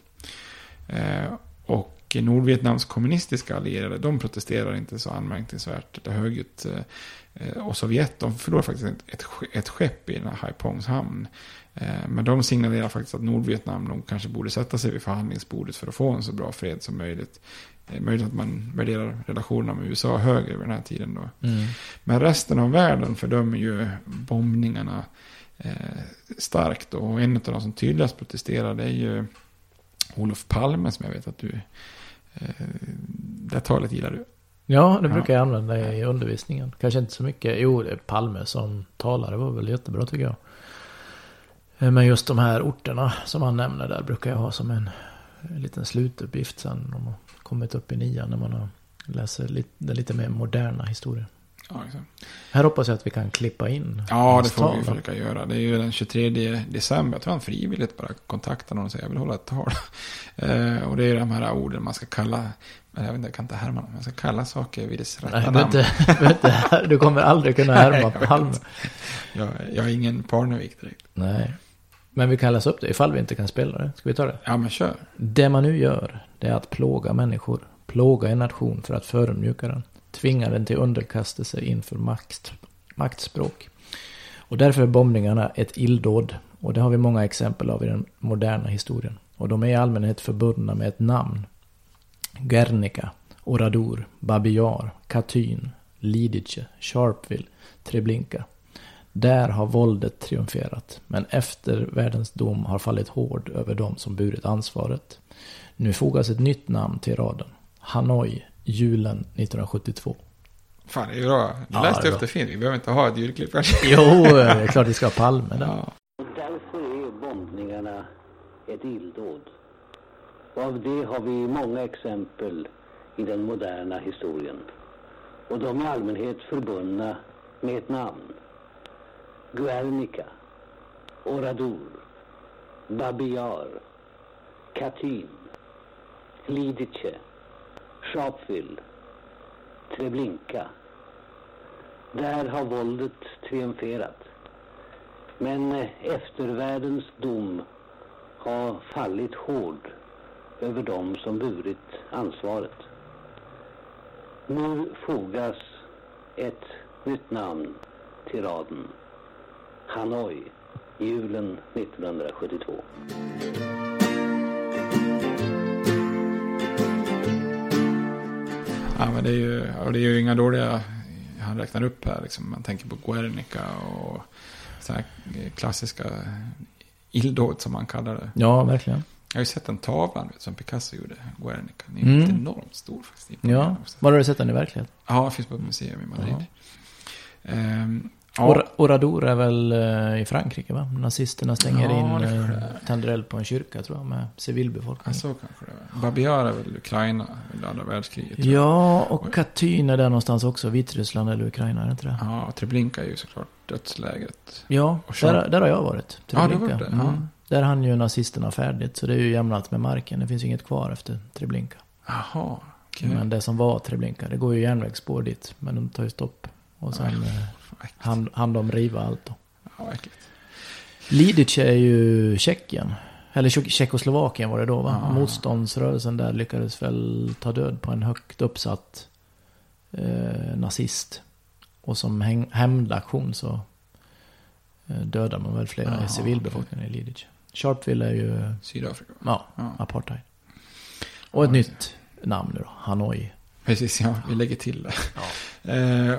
Och Nordvietnams kommunistiska allierade, de protesterar inte så anmärkningsvärt högljutt. Och Sovjet, de förlorar faktiskt ett skepp i den här Haiphongs hamn. Men de signalerar faktiskt att Nordvietnam, de kanske borde sätta sig vid förhandlingsbordet för att få en så bra fred som möjligt. Det är möjligt att man värderar relationerna med USA högre vid den här tiden då. Men resten av världen fördömer ju bombningarna starkt. Och en av de som tydligast protesterar, det är ju Olof Palme, som jag vet att du det talet gillar du. Ja, det brukar jag använda i undervisningen. Kanske inte så mycket. Jo, det är Palme som talare var väl jättebra, tycker jag. Men just de här orterna som han nämner där brukar jag ha som en liten slutuppgift sen om man kommit upp i 9 när man har läser den lite mer moderna historien. Ja, exakt. Här hoppas jag att vi kan klippa in. Ja, det får vi försöka göra. Det är ju den 23 december. Jag tror han frivilligt bara kontaktar någon och säger jag vill hålla ett tal. Och det är de här orden man ska kalla, jag vet inte, jag kan inte härma dem. Man ska kalla saker vid dess rätta namn. Du kommer aldrig kunna härma Palme. Jag har ingen Parnevik direkt. Nej. Men vi kan läsa upp det ifall vi inte kan spela det. Ska vi ta det? Ja, men kör. Det man nu gör, det är att plåga människor. Plåga en nation för att förödmjuka den. Tvinga den till underkastelse inför maktspråk. Och därför är bombningarna ett illdåd. Och det har vi många exempel av i den moderna historien. Och de är i allmänhet förbundna med ett namn. Guernica, Oradour, Babi Yar, Katyn, Lidice, Sharpeville, Treblinka. Där har våldet triumferat. Men eftervärldens dom har fallit hård över dem som burit ansvaret. Nu fogas ett nytt namn till raden. Hanoi, julen 1972. Fan, det är bra. Du läste efter fint. Vi behöver inte ha ett julklipp. Jo, det är klart vi ska ha Palme där. Ja. Därför är bombningarna ett illdåd. Och av det har vi många exempel i den moderna historien. Och de är i allmänhet förbundna med ett namn. Guernica, Oradour, Babi Yar, Katyn, Lidice, Sharpeville, Treblinka. Där har våldet triumferat. Men eftervärldens dom har fallit hård över dem som burit ansvaret. Nu fogas ett nytt namn till raden. Hanoi, julen 1972. Ja, men det är ju inga dåliga, han räknar upp här liksom. Man tänker på Guernica och så här klassiska illdåd som man kallar det. Ja, verkligen. Jag har ju sett en tavlan som Picasso gjorde, Guernica. Den är enormt stor faktiskt. Ja, var har du sett den i verkligheten? Ja, det finns på ett museum i Madrid. Oradour är väl i Frankrike, va? Nazisterna stänger in tänder eld på en kyrka, tror jag, med civilbefolkningen. Ja, så kanske det är. Babi Yar är väl Ukraina under andra världskriget. Ja, och Katyn är där någonstans också. Vitryssland eller Ukraina, är det inte det? Ja, Treblinka är ju såklart dödslägret. Ja, där har jag varit. Treblinka. Ja, det var det. Där hann ju nazisterna färdigt, så det är ju jämnat med marken. Det finns inget kvar efter Treblinka. Jaha, okej. Men det som var Treblinka, det går ju järnvägsspår dit, men de tar ju stopp. Och sen hann de riva allt då. Ja, verkligen. Lidice är ju Tjeckien. Eller Tjeckoslovakien var det då, va? Motståndsrörelsen där lyckades väl ta död på en högt uppsatt nazist. Och som hämndaktion så dödar man väl flera civilbefolkningen i Lidice. Sharpeville är ju Sydafrika. Ja, apartheid. Och ett nytt namn nu då, Hanoi. Precis, ja, vi lägger till det. Ja.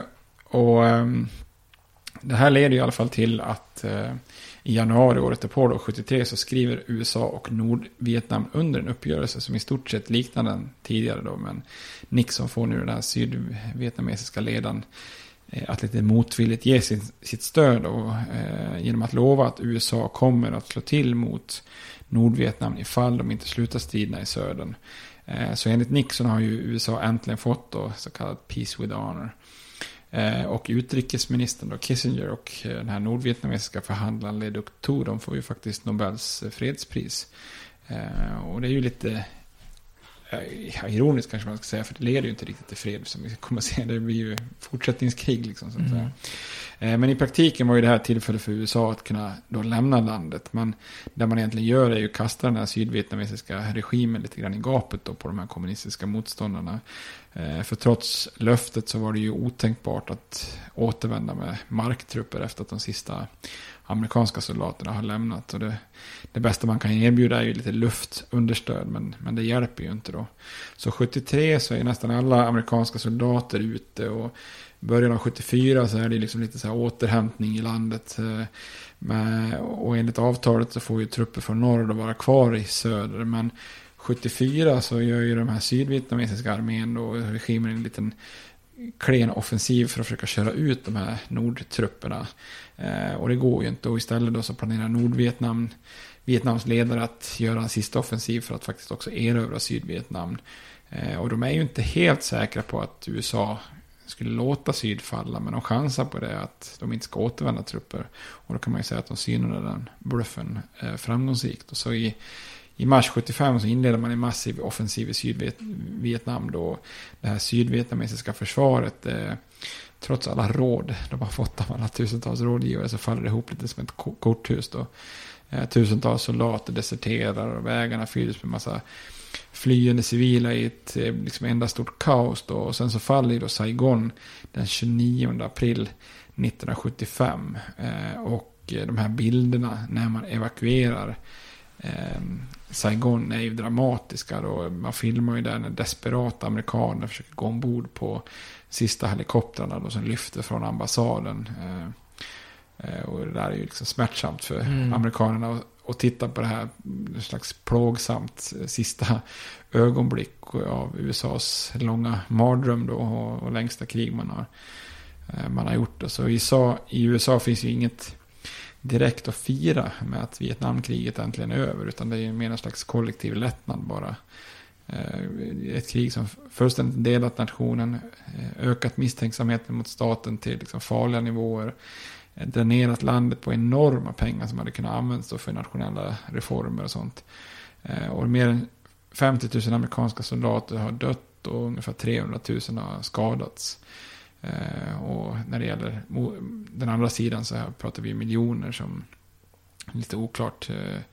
Det här leder i alla fall till att i januari året därpå då, 73, så skriver USA och Nordvietnam under en uppgörelse som i stort sett liknar den tidigare då, men Nixon får nu den här sydvietnamesiska ledaren att lite motvilligt ge sitt stöd och, genom att lova att USA kommer att slå till mot Nordvietnam ifall de inte slutar strida i södern. Så enligt Nixon har ju USA äntligen fått då så kallad peace with honor. Och utrikesministern då, Kissinger, och den här nordvietnamesiska förhandlaren Le Duc Thu, de får ju faktiskt Nobels fredspris. Och det är ju lite ironiskt kanske man ska säga, för det leder ju inte riktigt till fred som vi kommer att se. Det blir ju fortsättningskrig liksom, så att säga. Men i praktiken var ju det här tillfälle för USA att kunna då lämna landet. Men det man egentligen gör är ju kasta den här sydvietnamesiska regimen lite grann i gapet då på de här kommunistiska motståndarna. För trots löftet så var det ju otänkbart att återvända med marktrupper efter att de sista amerikanska soldaterna har lämnat. Och det bästa man kan erbjuda är ju lite luftunderstöd, men det hjälper ju inte då. Så 73 så är nästan alla amerikanska soldater ute, och början av 74 så är det liksom lite så här återhämtning i landet. Och enligt avtalet så får ju trupper från norr att vara kvar i söder, men 74 så gör ju de här sydvietnamesiska armén och regimen en liten klen offensiv för att försöka köra ut de här nordtrupperna. Och det går ju inte, och istället då så planerar Vietnams ledare att göra en sista offensiv för att faktiskt också erövra Sydvietnam. Och de är ju inte helt säkra på att USA skulle låta syd falla, men de chansar på det att de inte ska återvända trupper. Och då kan man ju säga att de synade den bluffen framgångsrikt. Och så i mars 75 så inleder man en massiv offensiv i Sydvietnam då det här sydvietnamesiska försvaret, trots alla råd de har fått av alla tusentals rådgivare, så faller det ihop lite som ett korthus då. Tusentals soldater deserterar och vägarna fylls med massa flyende civila i ett liksom enda stort kaos då. Och sen så faller då Saigon den 29 april 1975. Och de här bilderna när man evakuerar Saigon är ju dramatiska då. Man filmar ju där när desperata amerikaner försöker gå ombord på sista helikoptrarna då, som lyfter från ambassaden. Och det där är ju liksom smärtsamt för amerikanerna att titta på det här slags plågsamt sista ögonblick av USAs långa mardröm då, och längsta krig man har gjort. Så i USA finns ju inget direkt att fira med att Vietnamkriget äntligen är över, utan det är mer en slags kollektiv lättnad bara. Ett krig som fullständigt delat nationen, ökat misstänksamheten mot staten till liksom farliga nivåer, dränerat landet på enorma pengar som hade kunnat användas för nationella reformer och sånt. Och mer än 50 000 amerikanska soldater har dött och ungefär 300 000 har skadats. Och när det gäller den andra sidan så här pratar vi miljoner, som lite oklart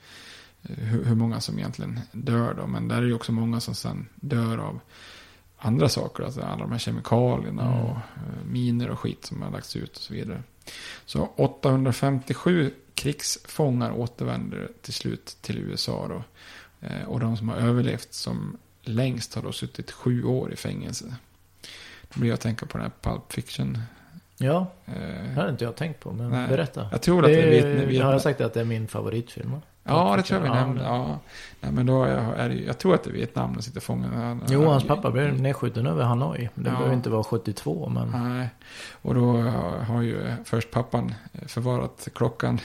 hur många som egentligen dör då. Men där är det ju också många som sedan dör av andra saker, alltså alla de här kemikalierna och miner och skit som har lagts ut och så vidare. Så 857 krigsfångar återvänder till slut till USA då. Och de som har överlevt som längst har då suttit 7 år i fängelse. Då blir jag att tänka på den här Pulp Fiction. Ja, det hade inte jag tänkt på, men nej, berätta. Jag tror att det har jag sagt att det är min favoritfilm. Ja, det tror jag vi nämnde. Ja. Nej, men då är det, jag tror att det är Vietnam som sitter fången. Jo, hans pappa blev nedskjuten över Hanoi. Det behöver inte vara 72, men... Nej, och då har ju först pappan förvarat klockan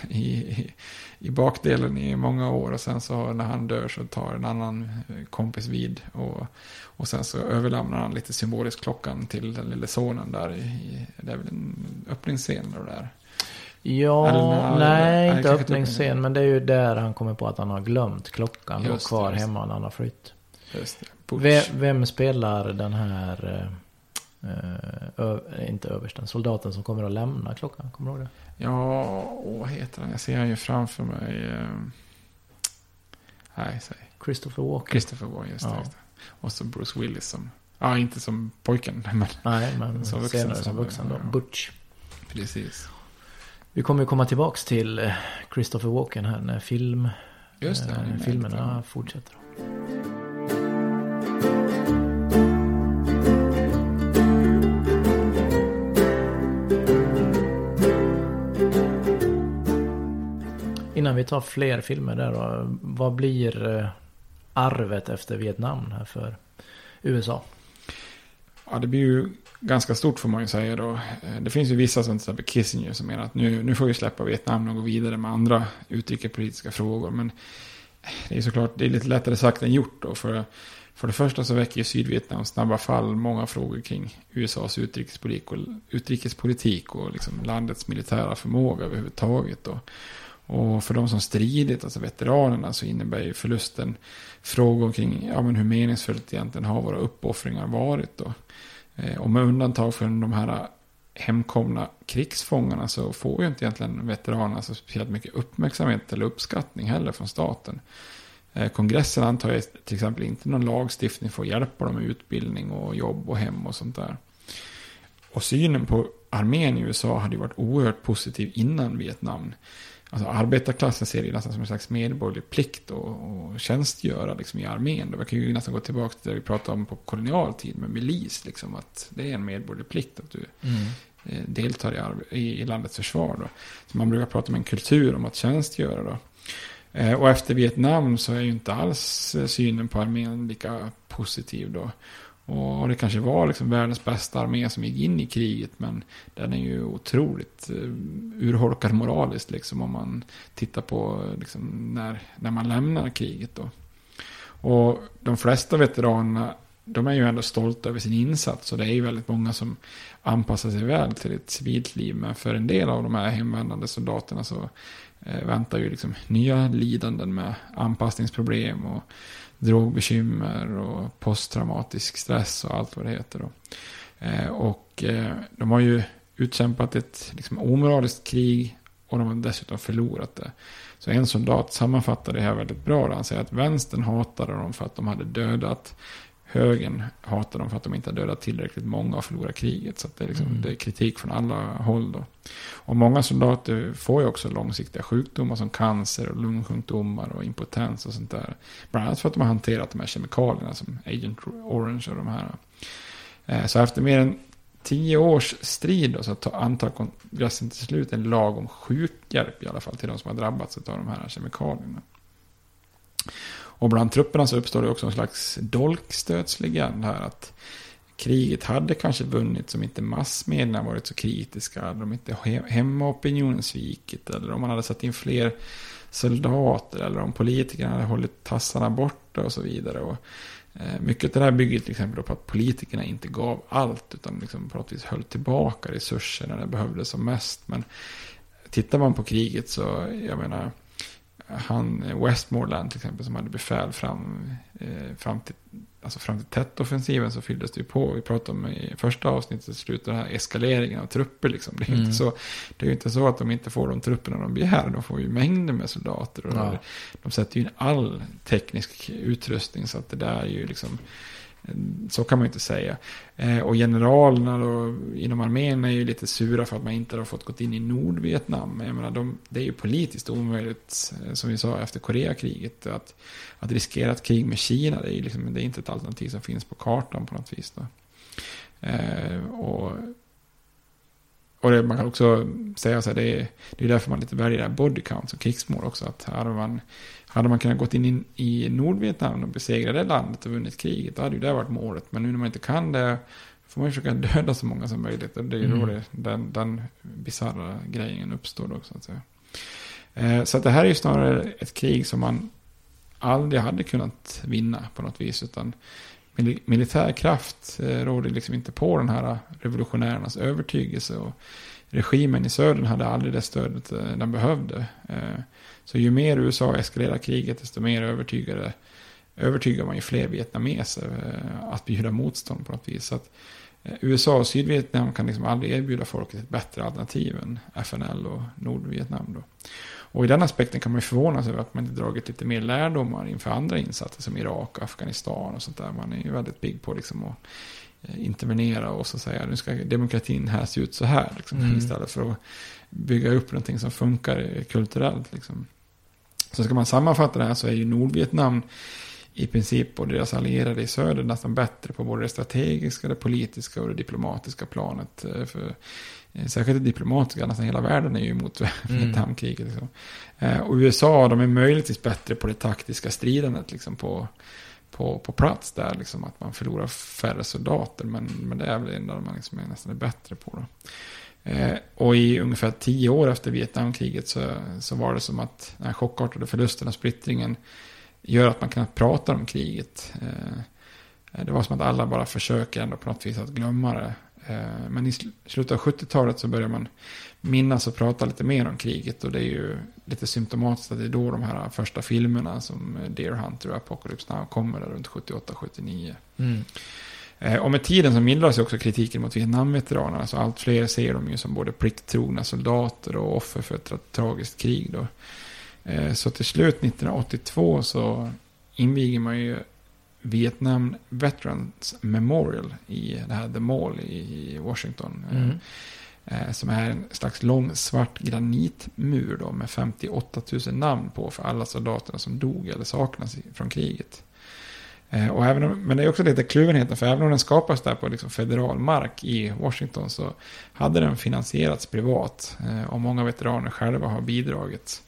i bakdelen i många år. Och sen så när han dör så tar en annan kompis vid. Och sen så överlämnar han lite symboliskt klockan till den lilla sonen där. Det är väl en öppningsscen då där. Ja, nej, inte öppningsscen, men det är ju där han kommer på att han har glömt klockan och kvar hemma när han har flytt. Just det. Vem spelar den här inte översten, soldaten som kommer att lämna klockan, kommer du ihåg det? Ja, vad heter han? Jag ser han ju framför mig. Christopher Walken, just det. Och så Bruce Willis som, inte som pojken, men som vuxen då, Butch. Precis. Vi kommer ju komma tillbaks till Christopher Walken här när filmerna fortsätter. Innan vi tar fler filmer där då, vad blir arvet efter Vietnam här för USA? Ja, det blir ju ganska stort får man ju säga då. Det finns ju vissa som till exempel Kissinger som menar att nu får vi släppa Vietnam och gå vidare med andra utrikespolitiska frågor. Men det är såklart, det är lite lättare sagt än gjort då. För det första så väcker ju Sydvietnams snabba fall många frågor kring USAs utrikespolitik och liksom landets militära förmåga överhuvudtaget då. Och för de som stridit, alltså veteranerna, så innebär ju förlusten frågor kring hur meningsfullt egentligen har våra uppoffringar varit då. Och med undantag för de här hemkomna krigsfångarna så får ju inte egentligen veteranerna så speciellt mycket uppmärksamhet eller uppskattning heller från staten. Kongressen antar jag till exempel inte någon lagstiftning för att hjälpa dem med utbildning och jobb och hem och sånt där. Och synen på armén i USA hade ju varit oerhört positiv innan Vietnam. Alltså arbetarklassen ser det nästan som en slags medborgerlig plikt och tjänstgöra liksom i armén. Det kan ju nästan gå tillbaka till det vi pratade om på kolonialtid med milis. Liksom, att det är en medborgerlig plikt att du deltar i landets försvar. Då. Så man brukar prata om en kultur om att tjänstgöra. Då. Och efter Vietnam så är ju inte alls synen på armén lika positiv då. Och det kanske var liksom världens bästa armé som gick in i kriget, men den är ju otroligt urholkad moraliskt liksom, om man tittar på liksom, när man lämnar kriget då. Och de flesta veteranerna de är ju ändå stolta över sin insats. Och det är ju väldigt många som anpassar sig väl till ett civilt liv. Men för en del av de här hemvändande soldaterna så väntar ju liksom nya lidanden med anpassningsproblem och drogbekymmer och posttraumatisk stress och allt vad det heter då. Och de har ju utkämpat ett liksom omoraliskt krig och de har dessutom förlorat det. Så en soldat sammanfattar det här väldigt bra. Han säger att vänstern hatade dem för att de hade dödat. Högern hatade dem för att de inte hade dödat tillräckligt många och förlorat kriget. Så att det, är liksom, det är kritik från alla håll då. Och många soldater får ju också långsiktiga sjukdomar som cancer och lungsjukdomar och impotens och sånt där. Bland annat för att de har hanterat de här kemikalierna som Agent Orange och de här. Så efter mer än 10 års strid då, så antar kongressen till slut en lag om sjukhjälp i alla fall till de som har drabbats av de här kemikalierna. Och bland trupperna så uppstår det också en slags dolkstötslegend här att kriget hade kanske vunnit som inte massmedierna varit så kritiska, hade de inte hemmaopinionen svikit eller om man hade satt in fler soldater eller om politikerna hade hållit tassarna borta och så vidare. Och mycket av det här bygger till exempel på att politikerna inte gav allt utan liksom på något vis höll tillbaka resurser när det behövdes som mest. Men tittar man på kriget så, jag menar, Westmoreland till exempel som hade befäl fram till Tet-offensiven så fylldes det ju på. Vi pratade om i första avsnittet slutet den här eskaleringen av trupper liksom. Det är ju inte så att de inte får de trupperna de begär. De får ju mängder med soldater och de sätter ju in all teknisk utrustning så att det där är ju liksom, så kan man ju inte säga. Och generalerna då, inom armén är ju lite sura för att man inte har fått gått in i Nordvietnam. Jag menar, det är ju politiskt omöjligt, som vi sa efter Koreakriget, att riskera ett krig med Kina. Det är ju liksom, det är inte ett alternativ som finns på kartan på något vis då. Och det, man kan också säga så här, det är därför man lite väljer det här body count som krigsmål också, att hade man kunnat gått in i Nordvietnam och besegra det landet och vunnit kriget, då hade ju det varit målet. Men nu när man inte kan det får man försöka döda så många som möjligt. Och det är ju då den bizarra grejen uppstår då, så att säga. Så att det här är ju snarare ett krig som man aldrig hade kunnat vinna på något vis, utan militär kraft råder liksom inte på den här revolutionärernas övertygelse, och regimen i södern hade aldrig det stödet den behövde. Så ju mer USA eskalerar kriget, desto mer övertygar man ju fler vietnameser att bjuda motstånd på något vis. Så att USA och Sydvietnam kan liksom aldrig erbjuda folket ett bättre alternativ än FNL och Nordvietnam då. Och i den aspekten kan man ju förvåna sig över att man inte dragit lite mer lärdomar inför andra insatser som Irak, Afghanistan och sånt där. Man är ju väldigt big på liksom att intervenera och så säga, nu ska demokratin här se ut så här liksom, istället för att bygga upp någonting som funkar kulturellt liksom. Så ska man sammanfatta det här så är ju Nordvietnam i princip och deras allierade i söder nästan bättre på både det strategiska, det politiska och det diplomatiska planet. För särskilt det diplomatiska, nästan hela världen är ju emot Vietnamkriget. Liksom. Och USA, de är möjligtvis bättre på det taktiska stridandet liksom, på plats där, liksom, att man förlorar färre soldater. Men det är väl det enda man liksom nästan är bättre på då. Och i ungefär 10 år efter Vietnamkriget så var det som att den här chockartade förlusten och splittringen gör att man kan prata om kriget. Det var som att alla bara försöker ändå på något vis att glömma det. Men i slutet av 70-talet så börjar man minnas och prata lite mer om kriget. Och det är ju lite symptomatiskt att det är då de här första filmerna som Deer Hunter och Apocalypse Now kommer där runt 78-79. Och med tiden så mildrar sig också kritiken mot Vietnamveteranerna. Så allt fler ser dem ju som både pricktrogna soldater och offer för ett tragiskt krig då. Så till slut 1982 så inviger man ju Vietnam Veterans Memorial i det här The Mall i Washington. Som är en slags lång svart granitmur då, med 58 000 namn på för alla soldaterna som dog eller saknas från kriget. Men det är också lite kluvenheten, för även om den skapas där på liksom federal mark i Washington så hade den finansierats privat, och många veteraner själva har bidragit.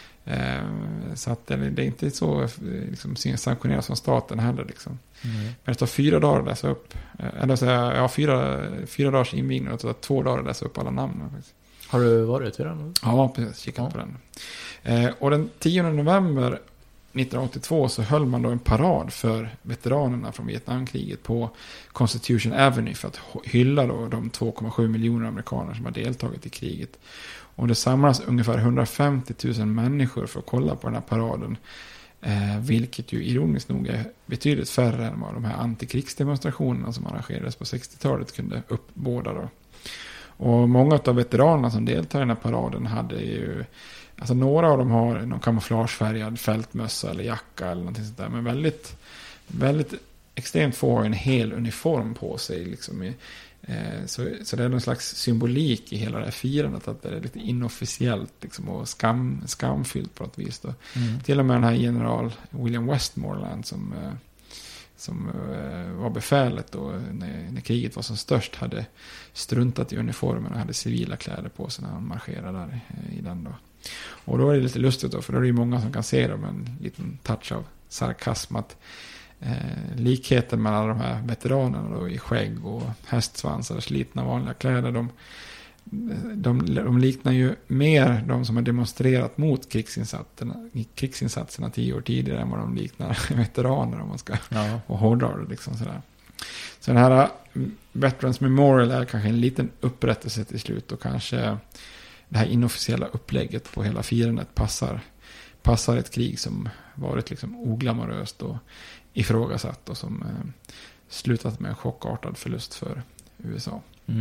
Så att det är inte så liksom, sanktionerat från staten heller liksom. Men det tar 4 dagar att läsa upp, eller så ja, 4 dagars invigning, och det tar 2 dagar att läsa upp alla namn faktiskt. Har du varit vid den? Ja, precis, kikat på den. Och den 10 november 1982 så höll man då en parad för veteranerna från Vietnamkriget på Constitution Avenue för att hylla då de 2,7 miljoner amerikaner som har deltagit i kriget. Och det samlas ungefär 150 000 människor för att kolla på den här paraden. Vilket ju ironiskt nog är betydligt färre än vad de här antikrigsdemonstrationerna som arrangerades på 60-talet kunde uppbåda då. Och många av veteranerna som deltar i den här paraden hade ju, alltså några av dem har någon kamouflagefärgad fältmössa eller jacka eller någonting sånt där, men väldigt extremt få har en hel uniform på sig liksom. Så det är någon slags symbolik i hela det här firandet, att det är lite inofficiellt liksom, och skamfyllt på något vis då. Till och med den här general William Westmoreland som var befälet då när kriget var som störst hade struntat i uniformen och hade civila kläder på sig när han marscherade där i den då. Och då är det lite lustigt då, för då är det ju många som kan se det med en liten touch av sarkasm att likheten mellan de här veteranerna då, i skägg och hästsvansar och slitna vanliga kläder, de liknar ju mer de som har demonstrerat mot krigsinsatserna 10 år tidigare än vad de liknar veteraner, om man ska och hårdra det liksom sådär. Så den här Veterans Memorial är kanske en liten upprättelse till slut, och kanske det här inofficiella upplägget på hela firandet passar ett krig som varit liksom oglamoröst och ifrågasatt och som slutat med en chockartad förlust för USA.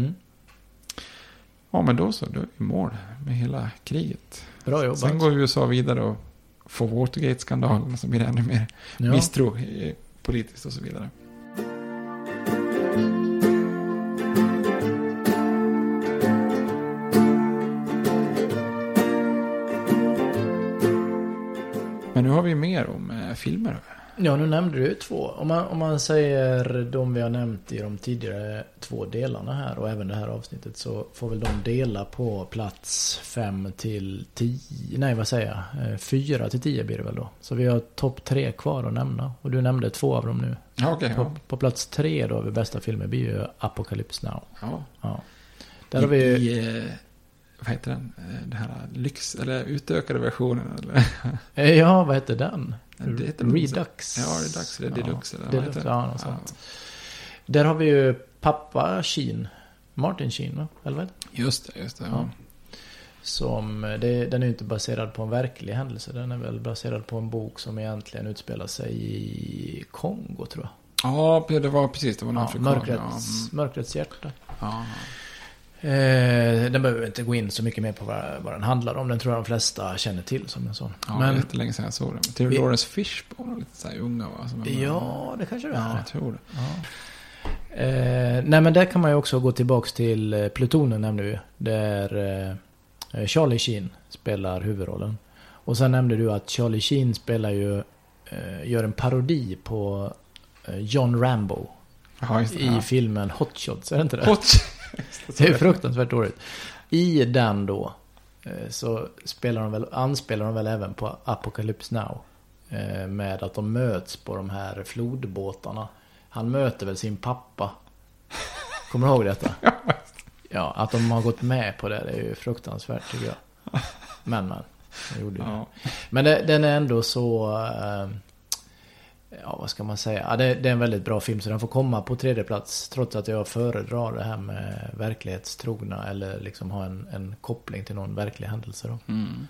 Ja, men då så, då är vi mål med hela kriget. Bra jobbat. Sen går USA vidare och får Watergate-skandalen som blir ännu mer misstro politiskt och så vidare. Men nu har vi mer om filmer. Ja, nu nämnde du 2. Om man säger de vi har nämnt i de tidigare 2 delarna här och även det här avsnittet, så får väl de dela på plats 5 till 10. Nej, vad säger jag? 4 till 10 blir det väl då. Så vi har topp 3 kvar att nämna. Och du nämnde 2 av dem nu. Ja, okay, på plats 3 då, vid bästa filmer, blir ju Apocalypse Now. Ja. Där har vi... vad heter den? Den här eller utökade versionen eller? Ja, vad heter den? Det heter Redux. Ja, Redux eller Deluxe eller Deluxe, något sånt. Där har vi ju pappa Sheen, Martin Sheen, va? Eller vad? Just det. Ja. Som den är ju inte baserad på en verklig händelse. Den är väl baserad på en bok som egentligen utspelar sig i Kongo, tror jag. Ja, det var precis, det var någon afrikan. Mörkrets hjärta. Ja. Den behöver inte gå in så mycket mer på vad den handlar om. Den tror jag de flesta känner till som en sån. Ja, men det är länge sedan jag såg den. Till Lawrence Fishburne, lite så här unga, va? Ja, det kanske det är. Ja, jag tror det. Ja. Nej, men där kan man ju också gå tillbaks till Plutonen, nämnde vi. Där Charlie Sheen spelar huvudrollen. Och sen nämnde du att Charlie Sheen spelar ju gör en parodi på John Rambo. Aha, i filmen Hot Shots, är det inte det? Hot Det är fruktansvärt dåligt. I den då så anspelar de väl även på Apocalypse Now, med att de möts på de här flodbåtarna. Han möter väl sin pappa. Kommer du ihåg detta? Ja, att de har gått med på det är ju fruktansvärt, tycker jag. Men gjorde det. Men den är ändå så... vad ska man säga? Ja, det är en väldigt bra film, så den får komma på 3:e plats, trots att jag föredrar det här med verklighetstrogna eller liksom ha en koppling till någon verklig händelse då.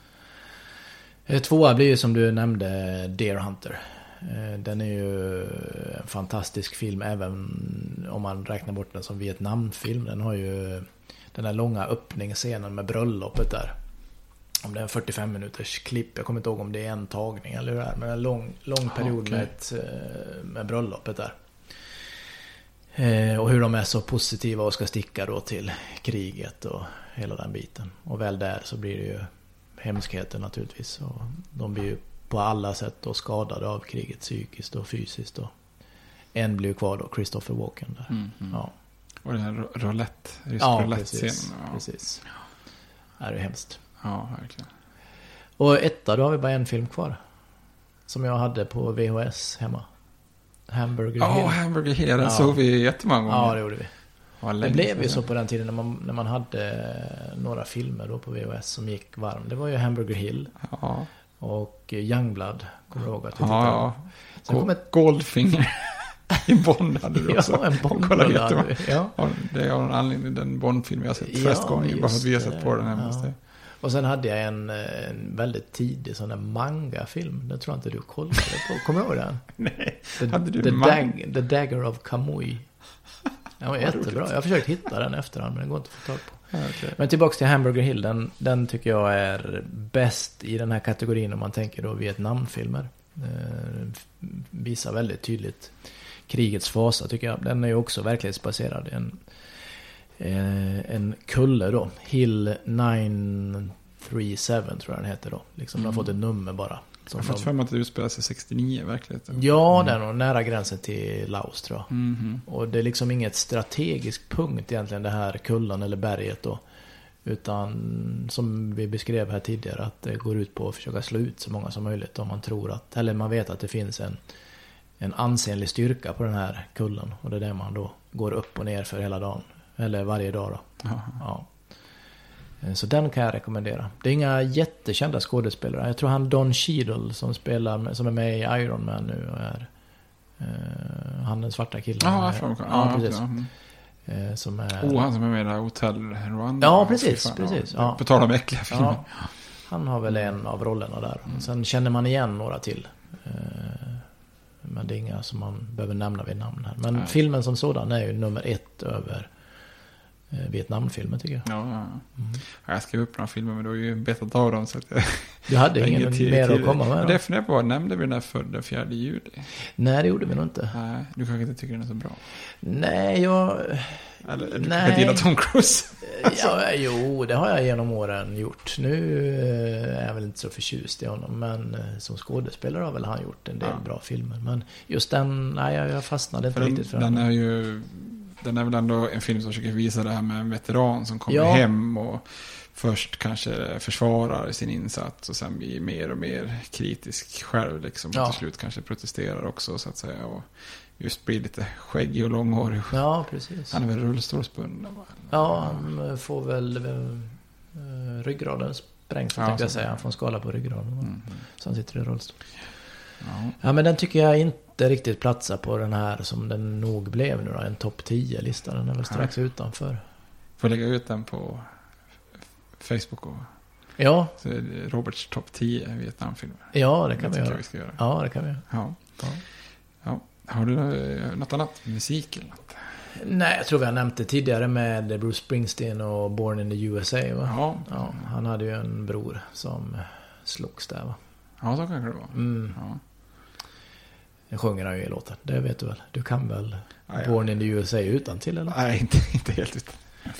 2:a blir ju, som du nämnde, Deer Hunter. Den är ju en fantastisk film, även om man räknar bort den som Vietnamfilm. Den har ju den här långa öppningsscenen med bröllopet där. Om det är en 45 minuters klipp, jag kommer inte ihåg om det är en tagning eller hur det är, men en lång period med bröllopet där. Och hur de är så positiva och ska sticka då till kriget och hela den biten. Och väl där så blir det ju hemskheter naturligtvis. Och de blir ju på alla sätt då skadade av kriget, psykiskt och fysiskt. Och en blir ju kvar då, Christopher Walken där. Ja. Och den här roulette-scenen. Ja, precis. Det är ju hemskt. Ja, verkligen. Och då har vi bara en film kvar. Som jag hade på VHS hemma. Hamburger Hill. Hamburger Hill. Den såg vi jättemånga gånger. Ja, det gjorde vi. Det blev ju så på den tiden när man hade några filmer då på VHS som gick varm. Det var ju Hamburger Hill. Ja. Och Youngblood Kommer du ihåg att Ja. Goldfinger. I Bond hade du också. Ja, en Bond hade vi. Ja. Det är av en anledning den Bond-film jag har sett flest gånger. Bara för att vi har sett på den här. Ja. Och sen hade jag en väldigt tidig sån där manga-film. Den tror jag inte du kollade på. Kommer du ihåg den? Nej. The Dagger of Kamui. Den var jättebra. Jag har försökt hitta den efterhand, men den går inte att få tag på. Okay. Men tillbaka till Hamburger Hill. Den tycker jag är bäst i den här kategorin om man tänker då Vietnamfilmer. Visar väldigt tydligt krigets fasa, tycker jag. Den är ju också verklighetsbaserad. En kulle då. Hill 937 tror jag den heter då. Liksom den har fått ett nummer bara. Jag har fått för mig att det utspelar sig 69 i verkligheten. Ja, den är nära gränsen till Laos tror jag. Och det är liksom inget strategisk punkt egentligen det här kullen eller berget då. Utan som vi beskrev här tidigare, att det går ut på att försöka slå ut så många som möjligt om man tror att, eller man vet att det finns en ansenlig styrka på den här kullen. Och det är det man då går upp och ner för hela dagen. Eller varje dag då. Ja. Så den kan jag rekommendera. Det är inga jättekända skådespelare. Jag tror han Don Cheadle som är med i Iron Man nu och är han den svarta killen. Ja, precis. Som är... han som är med i det här Hotel Rwanda. Ja, precis. Ja. På tal om äckliga filmer. Ja. Han har väl en av rollerna där. Sen känner man igen några till. Men det är inga som man behöver nämna vid namn här. Men filmen som sådan är ju nummer 1 över Vietnamfilmer, tycker jag. Ja. Jag skrev upp några filmer, men då är ju betat av dem. Så att du hade ingen mer att komma med? Det funderar på, nämnde vi den här för den 4 juli? Nej, det gjorde vi nog inte. Nej, du kanske inte tycker den är så bra? Nej, Eller du kanske gillar Tom Cruise? Jo, det har jag genom åren gjort. Nu är jag väl inte så förtjust i honom, men som skådespelare har väl han gjort en del bra filmer. Men just den, jag fastnade inte riktigt för den. Den är väl ändå en film som försöker visa det här med en veteran som kommer hem och först kanske försvarar sin insats och sen blir mer och mer kritisk själv liksom, och till slut kanske protesterar också, så att säga, och just blir lite skäggig och långhårig. Ja, precis. Han är väl rullstolsbunden? Ja, han får väl ryggraden sprängs, tänkte jag säga. Han får en skala på ryggraden. Så han sitter i rullstol. Ja, men den tycker jag inte riktigt platsar på den här som den nog blev nu då, en topp 10-lista. Den är väl strax utanför. Får lägga ut den på Facebook och så är det Roberts topp 10 Vietnamfilmer. Ja, det kan vi göra. Ja, det kan vi göra. Ja. Har du något annat? Musik eller något? Nej, jag tror vi har nämnt det tidigare med Bruce Springsteen och Born in the USA, va? Ja, han hade ju en bror som slogs där, va? Ja, så kanske det var. Ja. Jag sjunger han ju i låten, det vet du väl. Du kan väl Born in the USA utan till, eller? Nej, inte helt utan.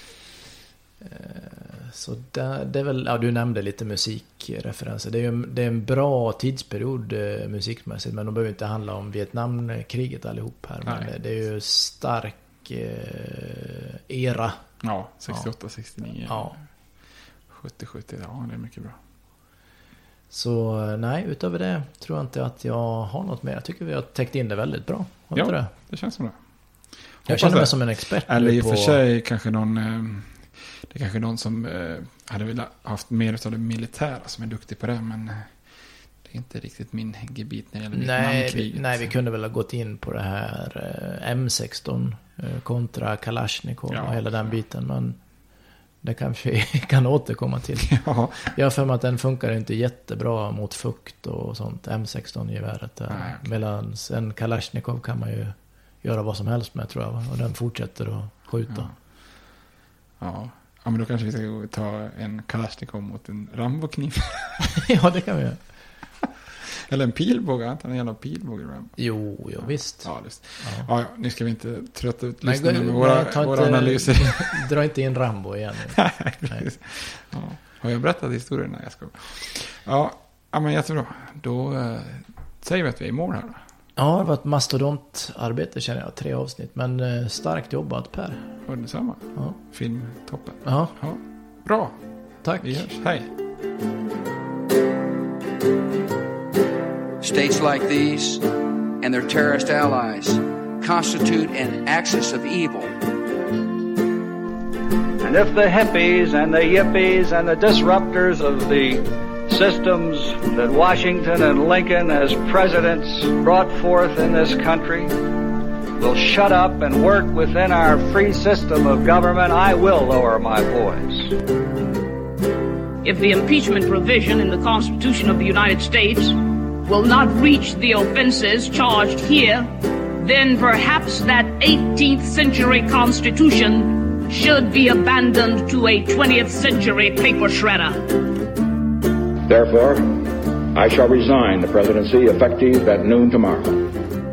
Så det är väl, du nämnde lite musikreferenser. Det är en bra tidsperiod musikmässigt, men de behöver inte handla om Vietnamkriget allihop här. Men det är ju stark era. Ja, 68, 69. Ja. 70, ja, det är mycket bra. Så nej, utöver det tror jag inte att jag har något mer. Jag tycker vi har täckt in det väldigt bra. Ja, det känns som det. Jag känner mig som en expert. Eller i och för sig kanske någon... Det är kanske någon som hade velat haft mer av det militära som är duktig på det, men det är inte riktigt min gebit när det gäller Vietnamkriget. Nej, vi kunde väl ha gått in på det här M16 kontra Kalashnikov och hela den biten, men det kanske vi kan återkomma till. Ja. Jag har för mig att den funkar inte jättebra mot fukt och sånt, M16-geväret. Medan en Kalashnikov kan man ju göra vad som helst med, tror jag, och den fortsätter att skjuta. Ja, men då kanske vi ska ta en Kalashnikov mot en Rambo-kniv. Ja, det kan vi göra. Eller en pilbåge, inte en jävla pilbåge. Jo, visst. Ja, just. Ja, nu ska vi inte trötta ut lyssnarna med våra analyser. Dra inte in Rambo igen. Nej. Ja. Har jag berättat historien? Nej, jag ska. Ja, men jättebra. Då säger vi att vi är i mål här då. Ja, det var ett mastodontarbete, känner jag. 3 avsnitt, men starkt jobbat, Per. Och detsamma. Ja. Filmtoppen. Ja. Bra. Tack. Vi hörs. Hej. States like these and their terrorist allies constitute an axis of evil. And if the hippies and the yippies and the disruptors of the systems that Washington and Lincoln as presidents brought forth in this country will shut up and work within our free system of government, I will lower my voice. If the impeachment provision in the Constitution of the United States will not reach the offenses charged here, then perhaps that 18th century Constitution should be abandoned to a 20th century paper shredder. Therefore, I shall resign the presidency effective at noon tomorrow.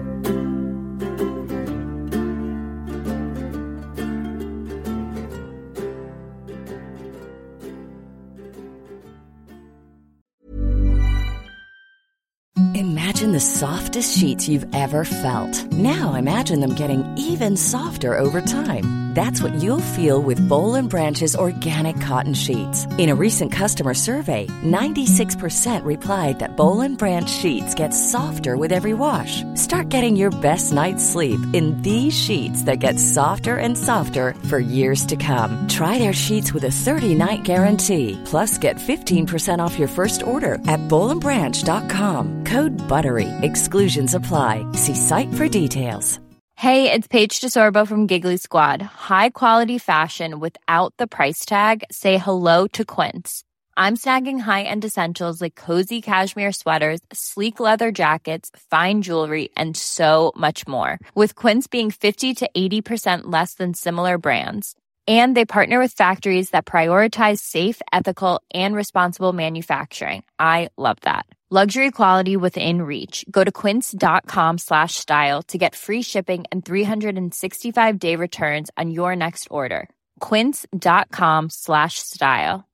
Imagine the softest sheets you've ever felt. Now imagine them getting even softer over time. That's what you'll feel with Boll & Branch's organic cotton sheets. In a recent customer survey, 96% replied that Boll & Branch sheets get softer with every wash. Start getting your best night's sleep in these sheets that get softer and softer for years to come. Try their sheets with a 30-night guarantee. Plus, get 15% off your first order at bollandbranch.com. Code BUTTERY. Exclusions apply. See site for details. Hey, it's Paige DeSorbo from Giggly Squad. High quality fashion without the price tag. Say hello to Quince. I'm snagging high-end essentials like cozy cashmere sweaters, sleek leather jackets, fine jewelry, and so much more. With Quince being 50 to 80% less than similar brands. And they partner with factories that prioritize safe, ethical, and responsible manufacturing. I love that. Luxury quality within reach. Go to quince.com/style to get free shipping and 365-day returns on your next order. Quince.com/style.